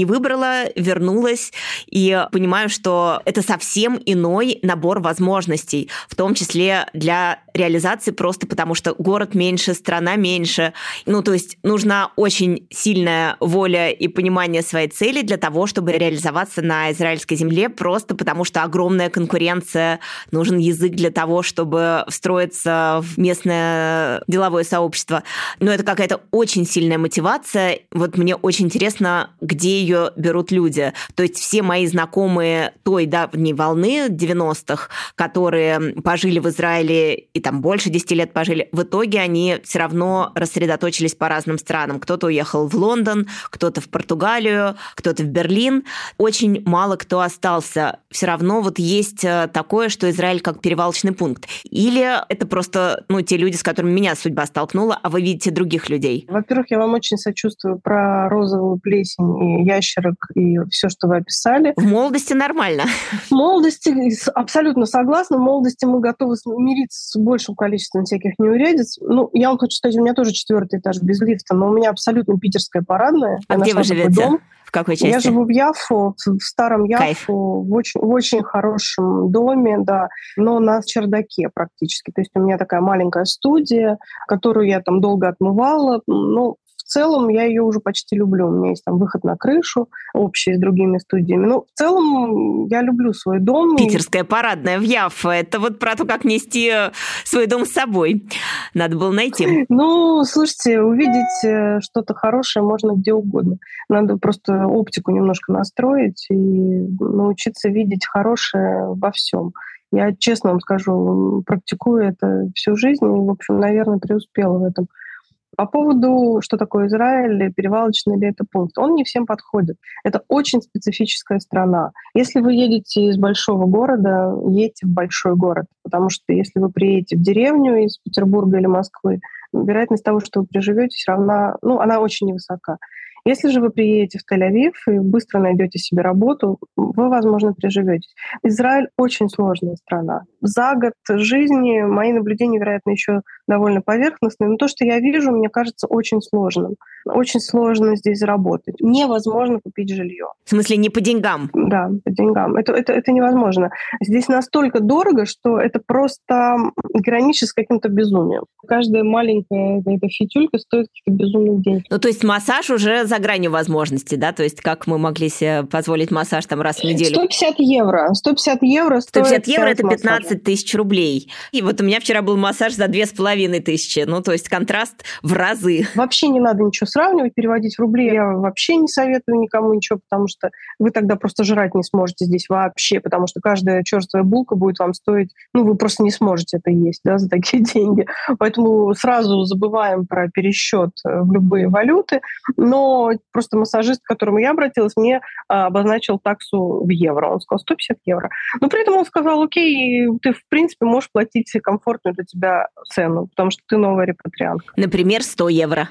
выбрала, вернулась и понимаю, что это совсем иной набор возможностей, в том числе для реализации, просто потому что город меньше, страна меньше. То есть нужна очень сильная воля и понимание своей цели для того, чтобы реализоваться на израильской земле, просто потому что огромная конкуренция, нужен язык для того, чтобы встроиться в местное деловое сообщество. Но это какая-то очень сильная мотивация. Вот мне очень интересно, где ее берут люди. То есть все мои знакомые той давней волны 90-х, которые пожили в Израиле и там больше 10 лет пожили, в итоге они все равно рассредоточились по разным странам. Кто-то уехал в Лондон, кто-то в Португалию, кто-то в Берлин. Очень мало кто остался. Все равно вот есть такое, что Израиль как перевалочный пункт. Или это просто те люди, с которыми меня судьба столкнула, а вы видите других людей? Во-первых, я вам очень сочувствую про розовую плесень и ящерок и все, что вы описали. В молодости нормально. В молодости абсолютно согласна. В молодости мы готовы смириться с большим количеством всяких неурядиц. Я вам хочу сказать, у меня тоже 4-й этаж без лифта, но у меня абсолютно питерская парадная. А где вы живете? Дом. В какой части? Я живу в Яффу, в старом Яффу, в очень хорошем доме, да, но на чердаке практически. То есть у меня такая маленькая студия, которую я там долго отмывала, но в целом я ее уже почти люблю. У меня есть там выход на крышу, общий с другими студиями. Но в целом я люблю свой дом. Питерская парадная в Яффе. Это вот про то, как нести свой дом с собой. Надо было найти. Слушайте, увидеть что-то хорошее можно где угодно. Надо просто оптику немножко настроить и научиться видеть хорошее во всем. Я, честно вам скажу, практикую это всю жизнь и, в общем, наверное, преуспела в этом. По поводу, что такое Израиль, перевалочный ли это пункт, он не всем подходит. Это очень специфическая страна. Если вы едете из большого города, едьте в большой город, потому что если вы приедете в деревню из Петербурга или Москвы, вероятность того, что вы приживетесь, равна, она очень невысока. Если же вы приедете в Тель-Авив и быстро найдете себе работу, вы, возможно, приживетесь. Израиль очень сложная страна. За год жизни мои наблюдения, вероятно, еще довольно поверхностные, но то, что я вижу, мне кажется очень сложным. Очень сложно здесь заработать. Невозможно купить жилье. В смысле, не по деньгам? Да, по деньгам. Это невозможно. Здесь настолько дорого, что это просто граничит с каким-то безумием. Каждая маленькая эта фитюлька стоит каких-то безумных денег. То есть массаж уже за гранью возможностей, да? То есть как мы могли себе позволить массаж там раз в неделю? 150 евро. 150 евро стоит 150 евро – это 15 тысяч рублей. И вот у меня вчера был массаж за 2500. То есть контраст в разы. Вообще не надо ничего сравнивать, переводить в рубли. Я вообще не советую никому ничего, потому что вы тогда просто жрать не сможете здесь вообще, потому что каждая черствая булка будет вам стоить, вы просто не сможете это есть, да, за такие деньги. Поэтому сразу забываем про пересчет в любые валюты. Но просто массажист, к которому я обратилась, мне обозначил таксу в евро. Он сказал 150 евро. Но при этом он сказал, окей, ты, в принципе, можешь платить комфортную для тебя цену, потому что ты новая репатриантка. Например, 100 евро.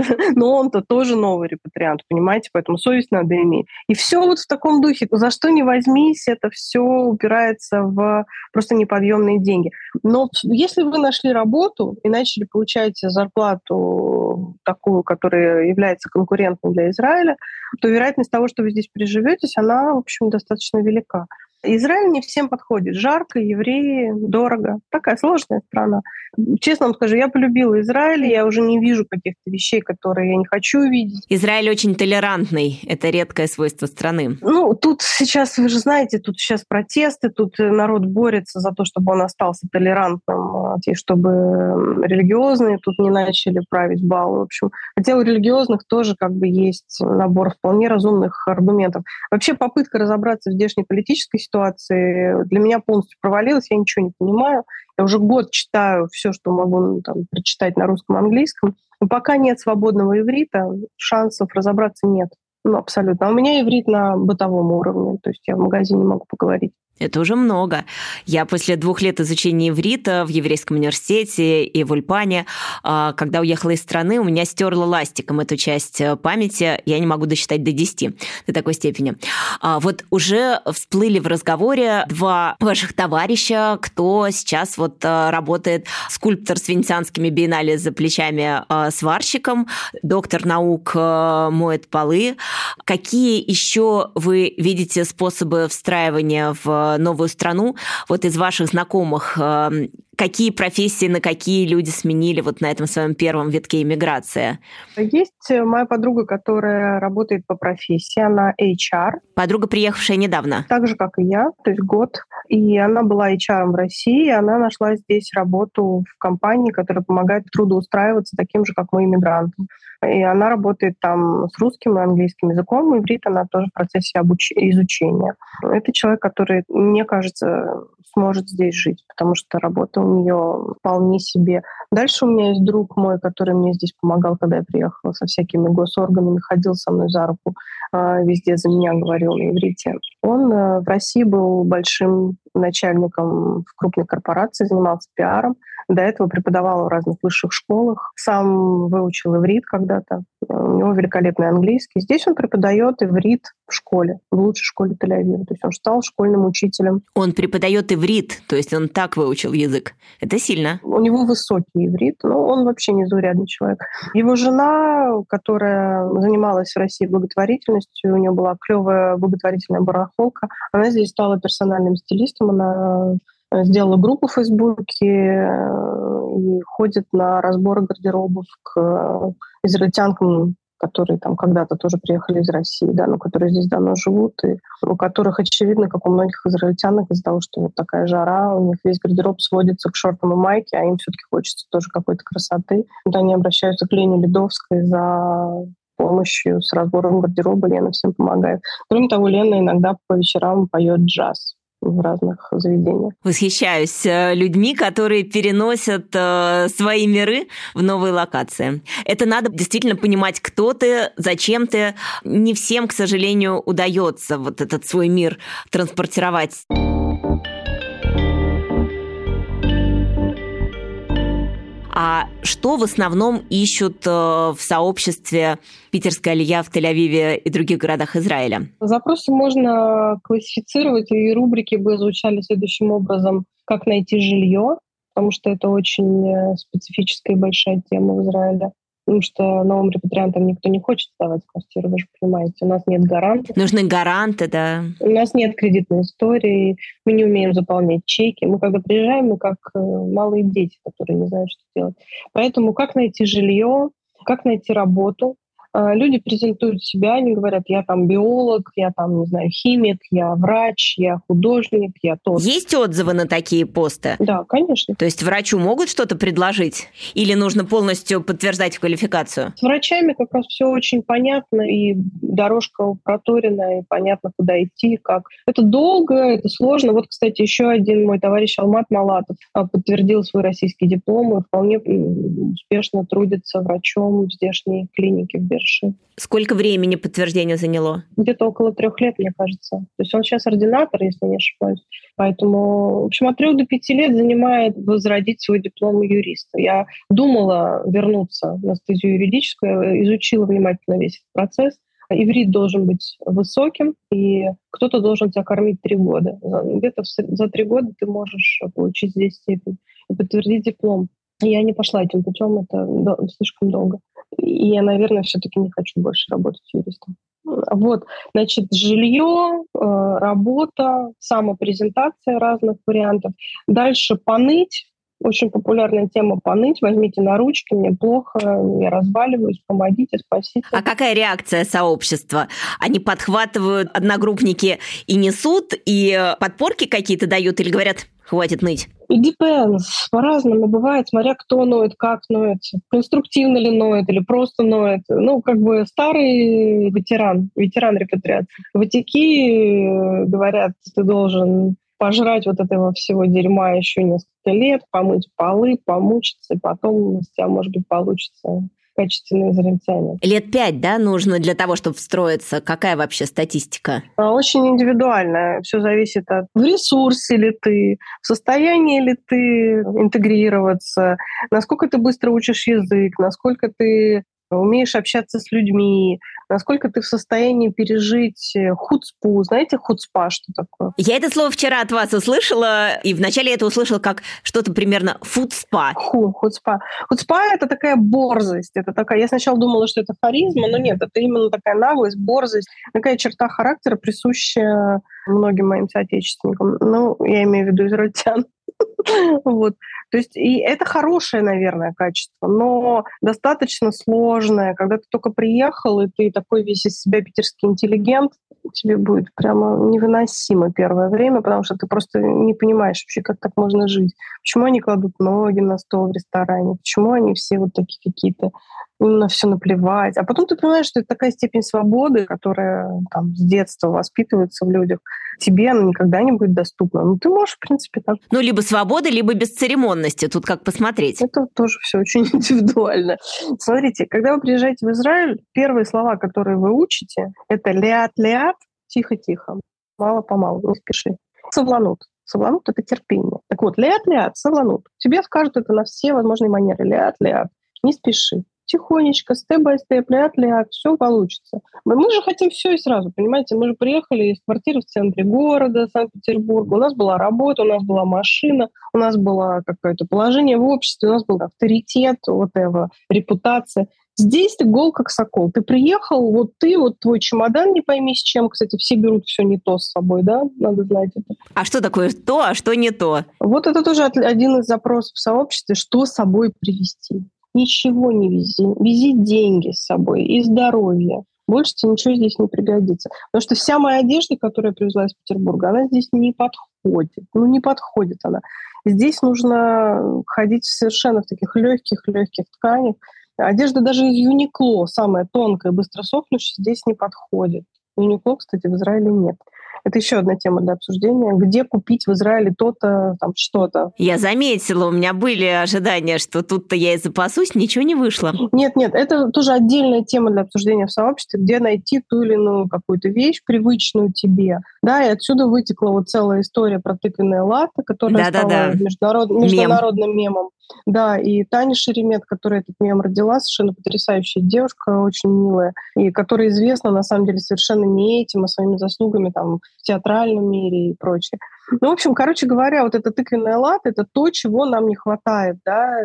Но он-то тоже новый репатриант, понимаете? Поэтому совесть надо иметь. И все вот в таком духе. За что не возьмись, это все упирается в просто неподъемные деньги. Но если вы нашли работу и начали получать зарплату такую, которая является конкурентной для Израиля, то вероятность того, что вы здесь приживетесь, она, в общем, достаточно велика. Израиль не всем подходит. Жарко, евреи, дорого. Такая сложная страна. Честно вам скажу, я полюбила Израиль, я уже не вижу каких-то вещей, которые я не хочу видеть. Израиль очень толерантный. Это редкое свойство страны. Тут сейчас, вы же знаете, тут сейчас протесты, тут народ борется за то, чтобы он остался толерантным, и чтобы религиозные тут не начали править бал. В общем, хотя у религиозных тоже есть набор вполне разумных аргументов. Вообще попытка разобраться в здешней политической ситуации для меня полностью провалилась, я ничего не понимаю. Я уже год читаю все, что могу прочитать на русском, английском. Но пока нет свободного иврита, шансов разобраться нет. Абсолютно. А у меня иврит на бытовом уровне, то есть я в магазине могу поговорить. Это уже много. Я после 2 лет изучения иврита в еврейском университете и в Ульпане, когда уехала из страны, у меня стерло ластиком эту часть памяти. Я не могу досчитать до 10 до такой степени. Вот уже всплыли в разговоре 2 ваших товарища, кто сейчас работает скульптор с венецианскими биеннале за плечами, сварщиком, доктор наук, моет полы. Какие еще вы видите способы встраивания в новую страну? Вот из ваших знакомых, какие профессии, на какие люди сменили вот на этом своем первом витке иммиграции? Есть моя подруга, которая работает по профессии, она HR. Подруга, приехавшая недавно. Так же, как и я, то есть год. И она была HR в России, и она нашла здесь работу в компании, которая помогает трудоустраиваться таким же, как мы, иммигрантам. И она работает там с русским и английским языком, иврит она тоже в процессе изучения. Это человек, который, мне кажется, сможет здесь жить, потому что работа у нее вполне себе. Дальше у меня есть друг мой, который мне здесь помогал, когда я приехала, со всякими госорганами, ходил со мной за руку, везде за меня говорил на иврите. Он в России был большим начальником в крупной корпорации, занимался пиаром. До этого преподавал в разных высших школах. Сам выучил иврит когда-то. У него великолепный английский. Здесь он преподает иврит в школе, в лучшей школе Тель-Авива. То есть он стал школьным учителем. Он преподает иврит, то есть он так выучил язык. Это сильно. У него высокий иврит, но он вообще незаурядный человек. Его жена, которая занималась в России благотворительностью, у нее была клевая благотворительная барахолка, она здесь стала персональным стилистом, она сделала группу в Фейсбуке и ходит на разборы гардеробов к израильтянкам, которые там когда-то тоже приехали из России, да, но которые здесь давно живут, и у которых, очевидно, как у многих израильтянок, из-за того, что вот такая жара, у них весь гардероб сводится к шортам и майке, а им все-таки хочется тоже какой-то красоты. Вот они обращаются к Лене Ледовской за помощью с разбором гардероба. Лена всем помогает. Кроме того, Лена иногда по вечерам поет джаз в разных заведениях. Восхищаюсь людьми, которые переносят свои миры в новые локации. Это надо действительно понимать, кто ты, зачем ты. Не всем, к сожалению, удается вот этот свой мир транспортировать. А что в основном ищут в сообществе питерской алия в Тель-Авиве и других городах Израиля? Запросы можно классифицировать, и рубрики бы звучали следующим образом: как найти жилье, потому что это очень специфическая и большая тема в Израиле. Потому что новым репатриантам никто не хочет сдавать квартиру, вы же понимаете. У нас нет гарантов. Нужны гаранты, да. У нас нет кредитной истории, мы не умеем заполнять чеки. Мы когда приезжаем, мы как малые дети, которые не знают, что делать. Поэтому как найти жилье, как найти работу. Люди презентуют себя, они говорят: я там биолог, я там, не знаю, химик, я врач, я художник, я тот. Есть отзывы на такие посты? Да, конечно. То есть врачу могут что-то предложить? Или нужно полностью подтверждать квалификацию? С врачами как раз все очень понятно, и дорожка проторена, и понятно, куда идти, как. Это долго, это сложно. Вот, кстати, еще один мой товарищ Алмат Малатов подтвердил свой российский диплом и вполне успешно трудится врачом в здешней клинике в Бершеве. Сколько времени подтверждение заняло? Где-то около 3 лет, мне кажется. То есть он сейчас ординатор, если не ошибаюсь. Поэтому, в общем, от 3 до 5 лет занимает возродить свой диплом юриста. Я думала вернуться на стезию юридическую, изучила внимательно весь этот процесс. Иврит должен быть высоким, и кто-то должен тебя кормить 3 года. Где-то за 3 года ты можешь получить здесь степень и подтвердить диплом. Я не пошла этим путем, это слишком долго. И я, наверное, все-таки не хочу больше работать юристом. Вот, значит, жилье, работа, самопрезентация разных вариантов. Дальше поныть. Очень популярная тема поныть. Возьмите на ручки, мне плохо, я разваливаюсь, помогите, спасите. А какая реакция сообщества? Они подхватывают одногруппники и несут, и подпорки какие-то дают, или говорят: хватит ныть? It depends. По-разному бывает, смотря кто ноет, как ноет, конструктивно ли ноет или просто ноет. Ну, как бы старый ветеран репатриации. Ватики говорят: ты должен пожрать вот этого всего дерьма еще несколько лет, помыть полы, помучиться, и потом из тебя, может быть, получится качественный израильтянин. Лет 5, да, нужно для того, чтобы встроиться? Какая вообще статистика? Очень индивидуально. Все зависит от в ресурсе ли ты, в состоянии ли ты интегрироваться, насколько ты быстро учишь язык, насколько ты умеешь общаться с людьми. насколько ты в состоянии пережить хуцпу. Знаете, хуцпа, что такое? Я это слово вчера от вас услышала, и вначале я это услышала как что-то примерно фуцпа. Хуцпа. Хуцпа — это такая борзость. Это такая... Я сначала думала, что это афоризма, но нет, это именно такая наглость, борзость, такая черта характера, присущая многим моим соотечественникам. Ну, я имею в виду израильтян. Вот. То есть и это хорошее, наверное, качество, но достаточно сложное. Когда ты только приехал, и ты такой весь из себя питерский интеллигент, тебе будет прямо невыносимо первое время, потому что ты просто не понимаешь вообще, как так можно жить. Почему они кладут ноги на стол в ресторане? Почему они все вот такие какие-то, им на все наплевать? А потом ты понимаешь, что это такая степень свободы, которая там с детства воспитывается в людях. Тебе она никогда не будет доступна. Ну, ты можешь, в принципе, так. Ну, либо свобода, либо бесцеремонности. Тут как посмотреть. Это тоже все очень индивидуально. Смотрите, когда вы приезжаете в Израиль, первые слова, которые вы учите, это «леат-леат», тихо-тихо, мало-помалу, не спеши. «Савланут». Савланут — это терпение. Так вот, «леат-леат», «савланут». Тебе скажут это на все возможные манеры. «Леат-леат», не спеши. Тихонечко, степ-бай-степ, ляд-ляд, все получится. Мы же хотим все и сразу, понимаете? Мы же приехали из квартиры в центре города Санкт-Петербурга. У нас была работа, у нас была машина, у нас было какое-то положение в обществе, у нас был авторитет, whatever, репутация. Здесь ты гол как сокол. Ты приехал, вот ты, вот твой чемодан, не пойми с чем. Кстати, все берут все не то с собой, да? Надо знать это. А что такое то, а что не то? Вот это тоже один из запросов в сообществе, что с собой привезти. Ничего не вези. Вези деньги с собой и здоровье. Больше тебе ничего здесь не пригодится. Потому что вся моя одежда, которую я привезла из Петербурга, она здесь не подходит. Ну, не подходит она. Здесь нужно ходить совершенно в таких легких тканях. Одежда даже из Юникло, самая тонкая, быстро сохнущая, здесь не подходит. Юникло, кстати, в Израиле нет. Это еще одна тема для обсуждения. Где купить в Израиле то-то, там что-то? Я заметила, у меня были ожидания, что тут-то я и запасусь, ничего не вышло. Нет, это тоже отдельная тема для обсуждения в сообществе, где найти ту или иную какую-то вещь, привычную тебе. Да, и отсюда вытекла вот целая история про тыквенное латте, которая стала международным мемом. Да, и Таня Шеремет, которая этот мем родила, совершенно потрясающая девушка, очень милая, и которая известна, на самом деле, совершенно не этим, а своими заслугами там, в театральном мире и прочее. Ну, в общем, короче говоря, вот это тыквенное латте — это то, чего нам не хватает, да,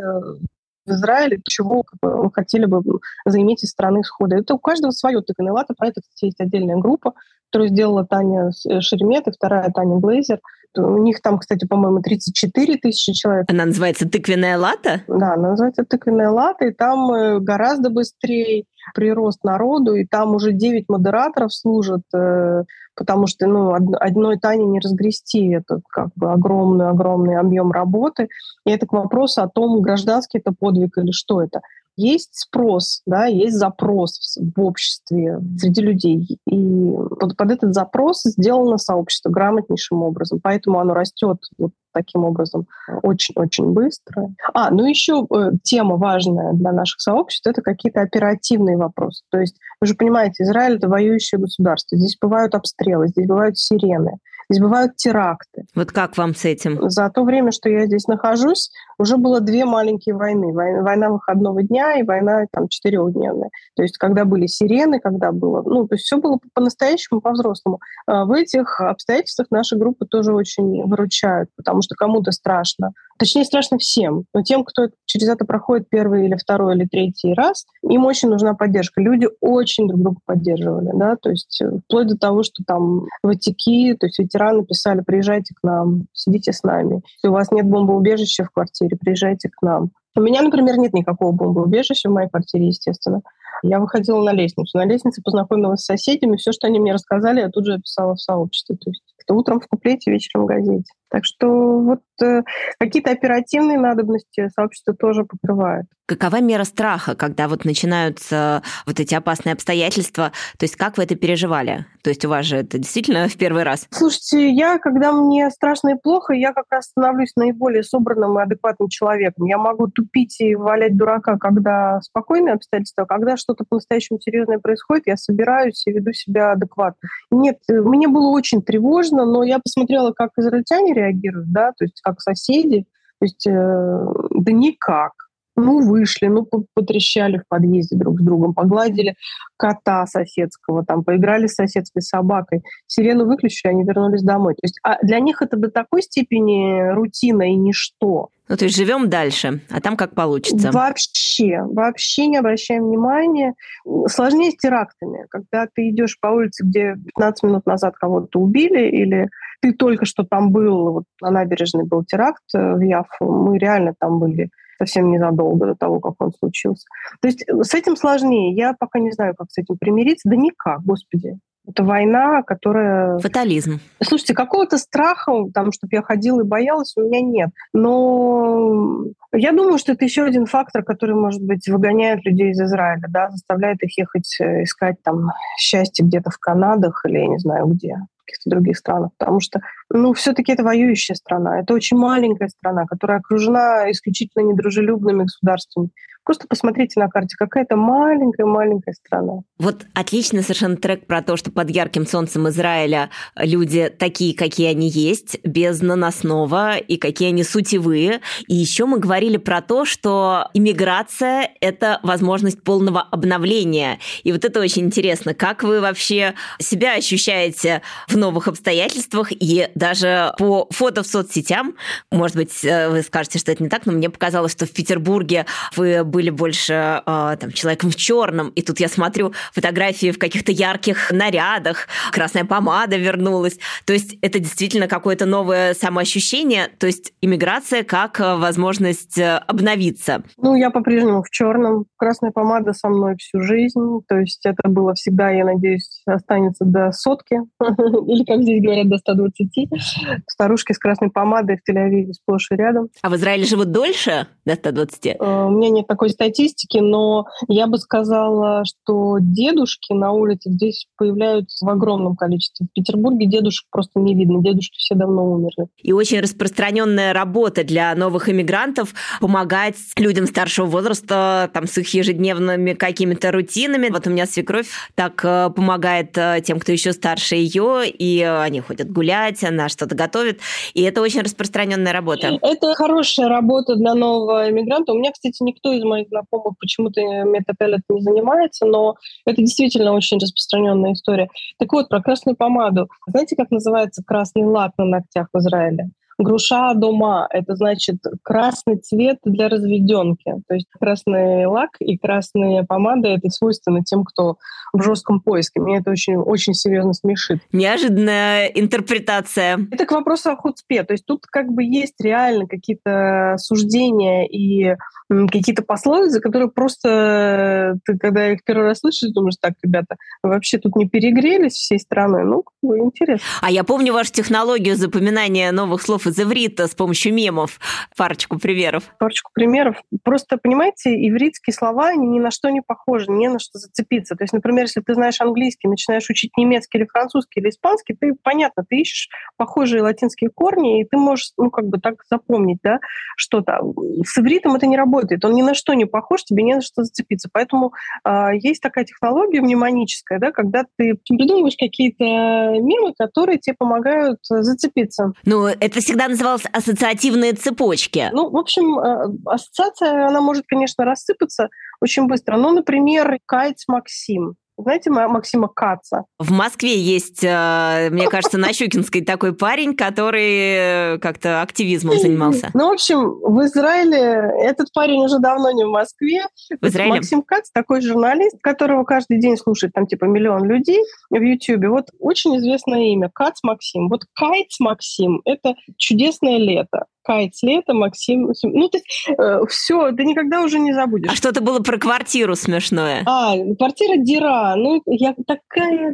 в Израиле, чего мы хотели бы заиметь из страны исхода. Это у каждого свое тыквенное латте, про это, кстати, есть отдельная группа, которую сделала Таня Шеремет и вторая Таня Глейзер. У них там, кстати, по-моему, 34 тысячи человек. Она называется «Тыквенное латте»? Да, она называется «Тыквенное латте», и там гораздо быстрее прирост народу, и там уже 9 модераторов служат, потому что одной Тане не разгрести этот как бы огромный объем работы. И это к вопросу о том, гражданский это подвиг или что это. Есть спрос, да, есть запрос в обществе, среди людей. И под этот запрос сделано сообщество грамотнейшим образом. Поэтому оно растет вот таким образом очень-очень быстро. Ну еще тема важная для наших сообществ — это какие-то оперативные вопросы. То есть, вы же понимаете, Израиль — это воюющее государство. Здесь бывают обстрелы, здесь бывают сирены, здесь бывают теракты. Вот как вам с этим? За то время, что я здесь нахожусь, уже было 2 маленькие войны. Война выходного дня и война там 4-дневная. То есть когда были сирены, когда было... то есть все было по-настоящему, по-взрослому. В этих обстоятельствах наши группы тоже очень выручают, потому что кому-то страшно. Точнее, страшно всем. Но тем, кто через это проходит первый или второй или третий раз, им очень нужна поддержка. Люди очень друг друга поддерживали, да, то есть вплоть до того, что там ватики, то есть ветераны писали: приезжайте к нам, сидите с нами. Если у вас нет бомбоубежища в квартире, приезжайте к нам. У меня, например, нет никакого бомбоубежища в моей квартире, естественно. Я выходила на лестницу. На лестнице познакомилась с соседями. Все, что они мне рассказали, я тут же описала в сообществе. То есть это утром в куплете, вечером в газете. Так что вот какие-то оперативные надобности сообщество тоже покрывает. Какова мера страха, когда вот начинаются вот эти опасные обстоятельства? То есть как вы это переживали? То есть у вас же это действительно в первый раз? Слушайте, когда мне страшно и плохо, я как раз становлюсь наиболее собранным и адекватным человеком. Я могу тупить и валять дурака, когда спокойные обстоятельства, а когда что-то по-настоящему серьезное происходит, я собираюсь и веду себя адекватно. Нет, мне было очень тревожно, но я посмотрела, как израильтяне реагируют, да, то есть как соседи, то есть да никак. Ну, вышли, ну, потрещали в подъезде друг с другом, погладили кота соседского, там, поиграли с соседской собакой. Сирену выключили, они вернулись домой. То есть для них это до такой степени рутина и ничто. Ну, то есть живем дальше, а там как получится. Вообще не обращаем внимания. Сложнее с терактами. Когда ты идешь по улице, где 15 минут назад кого-то убили, или ты только что там был, вот на набережной был теракт в Яффу, мы реально там были совсем незадолго до того, как он случился. То есть с этим сложнее. Я пока не знаю, как с этим примириться. Да никак, господи. Это война, которая... Фатализм. Слушайте, какого-то страха, там, чтобы я ходила и боялась, у меня нет. Но я думаю, что это еще один фактор, который, может быть, выгоняет людей из Израиля, да, заставляет их ехать искать там счастье где-то в Канадах или я не знаю где, в каких-то других странах. Потому что, все-таки это воюющая страна. Это очень маленькая страна, которая окружена исключительно недружелюбными государствами. Просто посмотрите на карте, какая-то маленькая-маленькая страна. Вот отличный совершенно трек про то, что под ярким солнцем Израиля люди такие, какие они есть, без наносного, и какие они сутевые. И еще мы говорили про то, что иммиграция – это возможность полного обновления. И вот это очень интересно. Как вы вообще себя ощущаете в новых обстоятельствах? И даже по фото в соцсетям, может быть, вы скажете, что это не так, но мне показалось, что в Петербурге вы были больше там, человеком в черном, и тут я смотрю фотографии в каких-то ярких нарядах, красная помада вернулась. То есть это действительно какое-то новое самоощущение, то есть иммиграция как возможность обновиться. Я по-прежнему в черном. Красная помада со мной всю жизнь, то есть это было всегда, я надеюсь, останется до 100, или, как здесь говорят, до 120. Старушки с красной помадой в Тель-Авиве сплошь и рядом. А в Израиле живут дольше до 120? У меня нет такой статистики, но я бы сказала, что дедушки на улице здесь появляются в огромном количестве. В Петербурге дедушек просто не видно, дедушки все давно умерли. И очень распространенная работа для новых иммигрантов помогать людям старшего возраста там, с их ежедневными какими-то рутинами. Вот у меня свекровь так помогает тем, кто еще старше ее, и они ходят гулять, она что-то готовит, и это очень распространенная работа. Это хорошая работа для нового иммигранта. У меня, кстати, никто из моих знакомых почему-то метапеллет не занимается, но это действительно очень распространенная история. Так вот, про красную помаду. Знаете, как называется красный лак на ногтях в Израиле? Груша дома — это значит красный цвет для разведенки. То есть красный лак и красная помада — это свойственно тем, кто в жестком поиске. Меня это очень, очень серьезно смешит. Неожиданная интерпретация. Это к вопросу о хуцпе. То есть тут как бы есть реально какие-то суждения и какие-то пословицы, которые просто ты, когда их первый раз слышишь, думаешь, так, ребята, вы вообще тут не перегрелись всей страной? Интересно. А я помню вашу технологию запоминания новых слов из иврита с помощью мемов. Парочку примеров. Просто, понимаете, ивритские слова, они ни на что не похожи, не на что зацепиться. То есть, например, если ты знаешь английский, начинаешь учить немецкий или французский или испанский, ты, понятно, ты ищешь похожие латинские корни, и ты можешь, так запомнить, да, что-то. С ивритом это не работает. Он ни на что не похож, тебе не на что зацепиться. Поэтому есть такая технология мнемоническая, да, когда ты придумываешь какие-то мемы, которые тебе помогают зацепиться. Это всегда называлось ассоциативные цепочки. В общем, ассоциация, она может, конечно, рассыпаться очень быстро. Например, Кац Максим. Знаете Максима Каца? В Москве есть, мне кажется, на Щукинской такой парень, который как-то активизмом занимался. В общем, в Израиле этот парень уже давно не в Москве. В Израиле? Максим Кац, такой журналист, которого каждый день слушает там типа 1 миллион людей в Ютьюбе. Вот очень известное имя. Кац Максим. Вот Кац Максим — это чудесное лето. Кайц, лето, Максим. То есть все, ты никогда уже не забудешь. А что-то было про квартиру смешное. Квартира дыра. Такая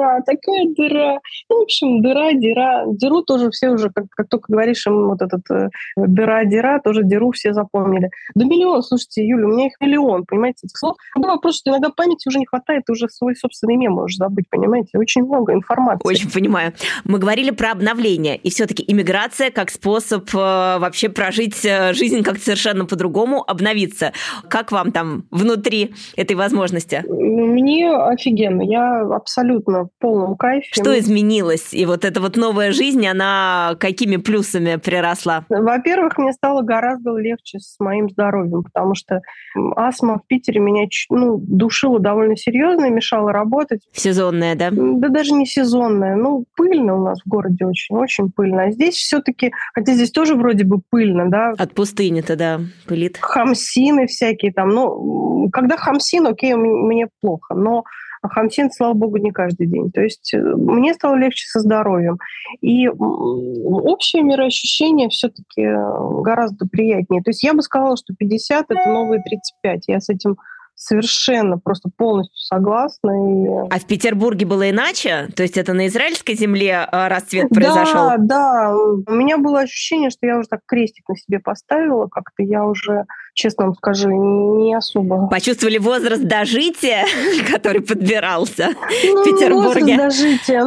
дыра. В общем, дыра. Деру тоже все уже, как только говоришь им вот этот дыра, тоже деру все запомнили. Да миллион, слушайте, Юля, у меня их миллион, понимаете, этих слов. Вопрос, что иногда памяти уже не хватает, ты уже свой собственный мем можешь забыть, понимаете? Очень много информации. Очень понимаю. Мы говорили про обновление, и все-таки иммиграция как способ вообще прожить жизнь как-то совершенно по-другому, обновиться. Как вам там внутри этой возможности? Мне офигенно. Я абсолютно в полном кайфе. Что изменилось? И вот эта вот новая жизнь, она какими плюсами приросла? Во-первых, мне стало гораздо легче с моим здоровьем, потому что астма в Питере меня душила довольно серьезно, мешала работать. Сезонная, да? Да даже не сезонная. Пыльно у нас в городе очень, очень пыльно. А здесь все-таки, хотя здесь тоже вроде бы пыльно, да. От пустыни-то, да, пылит. Хамсины всякие там. Когда хамсин, окей, мне плохо, но хамсин, слава богу, не каждый день. То есть мне стало легче со здоровьем. И общее мироощущение все-таки гораздо приятнее. То есть я бы сказала, что 50 – это новые 35. Я с этим совершенно, просто полностью согласна. А в Петербурге было иначе? То есть это на израильской земле расцвет произошел? Да. У меня было ощущение, что я уже так крестик на себе поставила, как-то я уже, честно вам скажу, не особо... Почувствовали возраст дожития, который подбирался в Петербурге? Возраст дожития,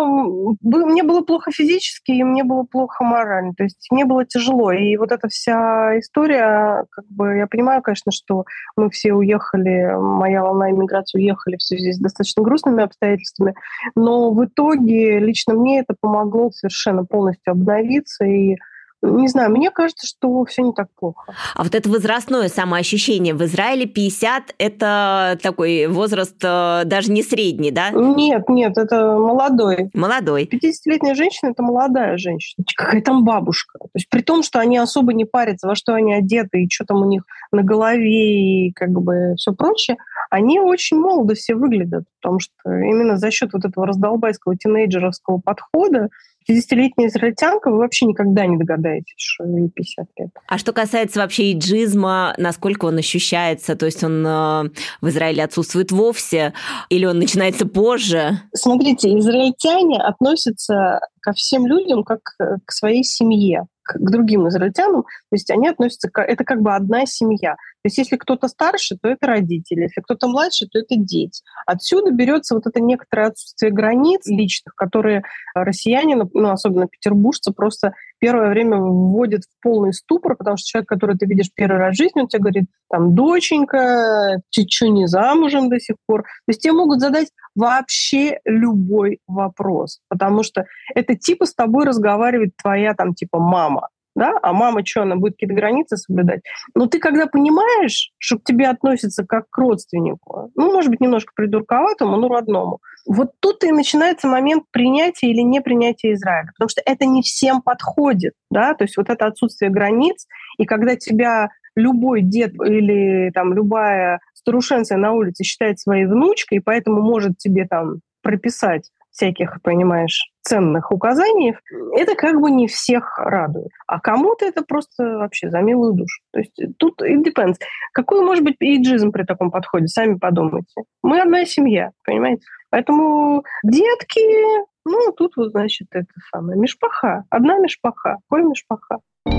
но мне было плохо физически, и мне было плохо морально. То есть мне было тяжело. И вот эта вся история, я понимаю, конечно, что мы все уехали, моя волна иммиграции уехали в связи с достаточно грустными обстоятельствами, но в итоге лично мне это помогло совершенно полностью обновиться и не знаю, мне кажется, что все не так плохо. А вот это возрастное самоощущение в Израиле 50 – это такой возраст даже не средний, да? Нет, это молодой. Молодой. 50-летняя женщина – это молодая женщина. Какая там бабушка. То есть при том, что они особо не парятся, во что они одеты, и что там у них на голове, и все прочее, они очень молодо все выглядят, потому что именно за счет вот этого раздолбайского тинейджеровского подхода 50-летняя израильтянка, вы вообще никогда не догадаетесь, что ей 50 лет. А что касается вообще иджизма, насколько он ощущается? То есть он в Израиле отсутствует вовсе? Или он начинается позже? Смотрите, израильтяне относятся ко всем людям как к своей семье, к другим израильтянам. То есть они относятся это одна семья. То есть если кто-то старше, то это родители, если кто-то младше, то это дети. Отсюда берется вот это некоторое отсутствие границ личных, которые россияне, особенно петербуржцы, просто первое время вводят в полный ступор, потому что человек, который ты видишь первый раз в жизни, он тебе говорит, доченька, ты что, не замужем до сих пор? То есть тебе могут задать вообще любой вопрос, потому что это с тобой разговаривает твоя мама. Да? А мама что, она будет какие-то границы соблюдать? Но ты когда понимаешь, что к тебе относятся как к родственнику, может быть, немножко придурковатому, но родному, вот тут и начинается момент принятия или непринятия Израиля, потому что это не всем подходит, да, то есть вот это отсутствие границ, и когда тебя любой дед или любая старушенция на улице считает своей внучкой, и поэтому может тебе прописать всяких, понимаешь, ценных указаний, это не всех радует. А кому-то это просто вообще за милую душу. То есть тут it depends. Какой может быть иджизм при таком подходе? Сами подумайте. Мы одна семья, понимаете? Поэтому детки, тут значит, это самое, мишпаха. Одна мишпаха, коль мишпаха.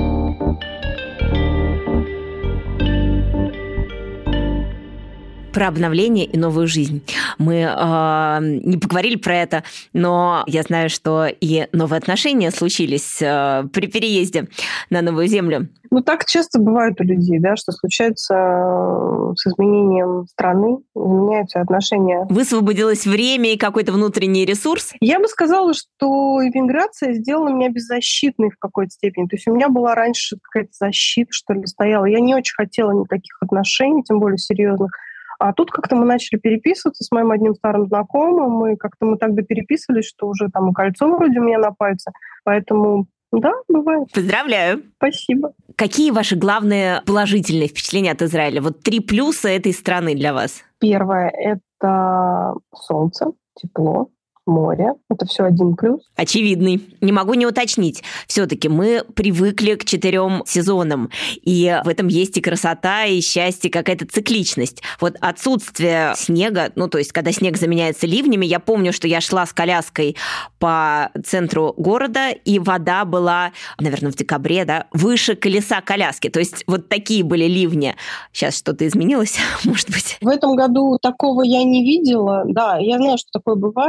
Про обновление и новую жизнь. Мы не поговорили про это, но я знаю, что и новые отношения случились при переезде на новую землю. Так часто бывает у людей, да, что случается с изменением страны, меняются отношения. Высвободилось время и какой-то внутренний ресурс? Я бы сказала, что иммиграция сделала меня беззащитной в какой-то степени. То есть у меня была раньше какая-то защита, что ли, стояла. Я не очень хотела никаких отношений, тем более серьезных. А тут как-то мы начали переписываться с моим одним старым знакомым, и как-то мы так допереписывались, что уже и кольцо вроде у меня на пальце. Поэтому, да, бывает. Поздравляю. Спасибо. Какие ваши главные положительные впечатления от Израиля? Вот 3 плюса этой страны для вас. Первое – это солнце, тепло, море. Это все 1 плюс. Очевидный. Не могу не уточнить. Все-таки мы привыкли к 4 сезонам. И в этом есть и красота, и счастье, какая-то цикличность. Вот отсутствие снега, то есть когда снег заменяется ливнями, я помню, что я шла с коляской по центру города, и вода была, наверное, в декабре, да, выше колеса коляски. То есть вот такие были ливни. Сейчас что-то изменилось, может быть? В этом году такого я не видела. Да, я знаю, что такое бывает.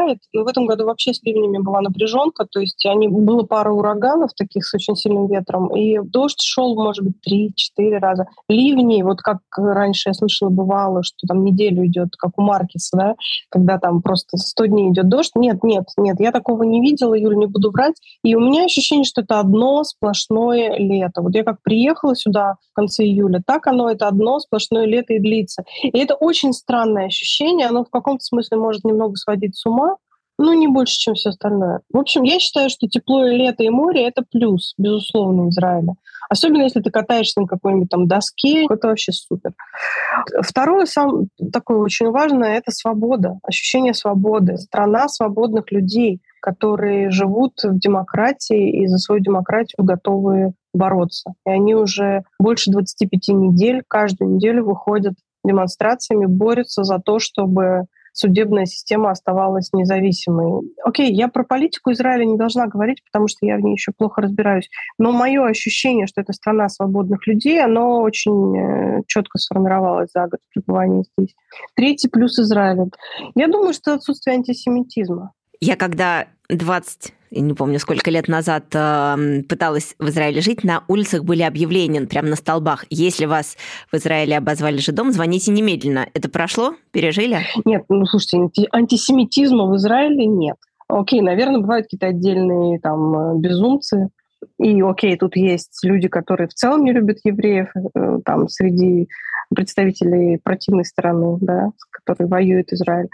и в этом году вообще с ливнями была напряженка, то есть было пара ураганов таких с очень сильным ветром, и дождь шел, может быть, 3-4 раза. Ливни, вот как раньше я слышала, бывало, что там неделю идет, как у Маркеса, да, когда там просто 100 дней идет дождь. Нет, я такого не видела, Юль, не буду врать. И у меня ощущение, что это одно сплошное лето. Вот я как приехала сюда в конце июля, так это одно сплошное лето и длится. И это очень странное ощущение, оно в каком-то смысле может немного сводить с ума, но не больше, чем все остальное. В общем, я считаю, что тепло и лето и море — это плюс, безусловно, Израиля. Особенно если ты катаешься на какой-нибудь там доске, это вообще супер. Второе, такое очень важное, это свобода, ощущение свободы. Страна свободных людей, которые живут в демократии и за свою демократию готовы бороться. И они уже больше 25 недель, каждую неделю выходят демонстрациями, борются за то, чтобы судебная система оставалась независимой. Окей, я про политику Израиля не должна говорить, потому что я в ней еще плохо разбираюсь. Но мое ощущение, что это страна свободных людей, оно очень четко сформировалось за год пребывания здесь. Третий плюс Израиля. Я думаю, что отсутствие антисемитизма. Я когда 20, не помню, сколько лет назад пыталась в Израиле жить, на улицах были объявления прямо на столбах. Если вас в Израиле обозвали жидом, звоните немедленно. Это прошло? Пережили? Нет, слушайте, антисемитизма в Израиле нет. Окей, наверное, бывают какие-то отдельные там безумцы. И окей, тут есть люди, которые в целом не любят евреев, там среди представителей противной стороны, да, с которой воюет Израиль.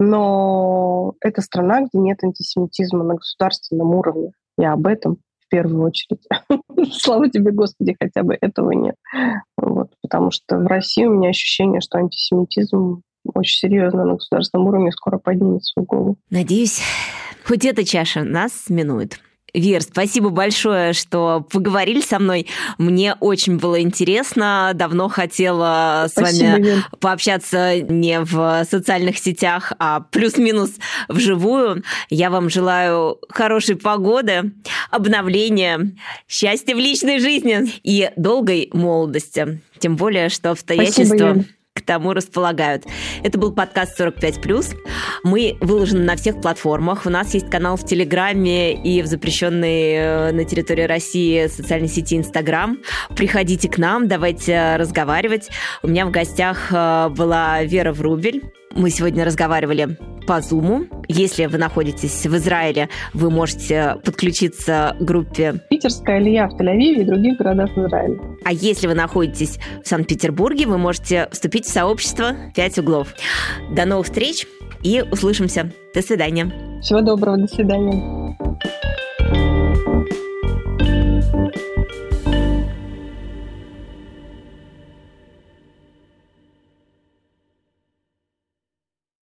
Но это страна, где нет антисемитизма на государственном уровне. Я об этом в первую очередь. Слава тебе, Господи, хотя бы этого нет. Вот, потому что в России у меня ощущение, что антисемитизм очень серьезно на государственном уровне скоро поднимется в голову. Надеюсь, хоть эта чаша нас минует. Вер, спасибо большое, что поговорили со мной. Мне очень было интересно. Давно хотела с вами пообщаться не в социальных сетях, а плюс-минус вживую. Я вам желаю хорошей погоды, обновления, счастья в личной жизни и долгой молодости. Тем более, что обстоятельства к тому располагают. Это был подкаст 45+. Мы выложены на всех платформах. У нас есть канал в Телеграме и в запрещенной на территории России социальной сети Инстаграм. Приходите к нам, давайте разговаривать. У меня в гостях была Вера Врубель. Мы сегодня разговаривали по Zoom. Если вы находитесь в Израиле, вы можете подключиться к группе Питерская Алия в Тель-Авиве и других городах Израиля. А если вы находитесь в Санкт-Петербурге, вы можете вступить в сообщество «5 углов». До новых встреч и услышимся. До свидания. Всего доброго, до свидания.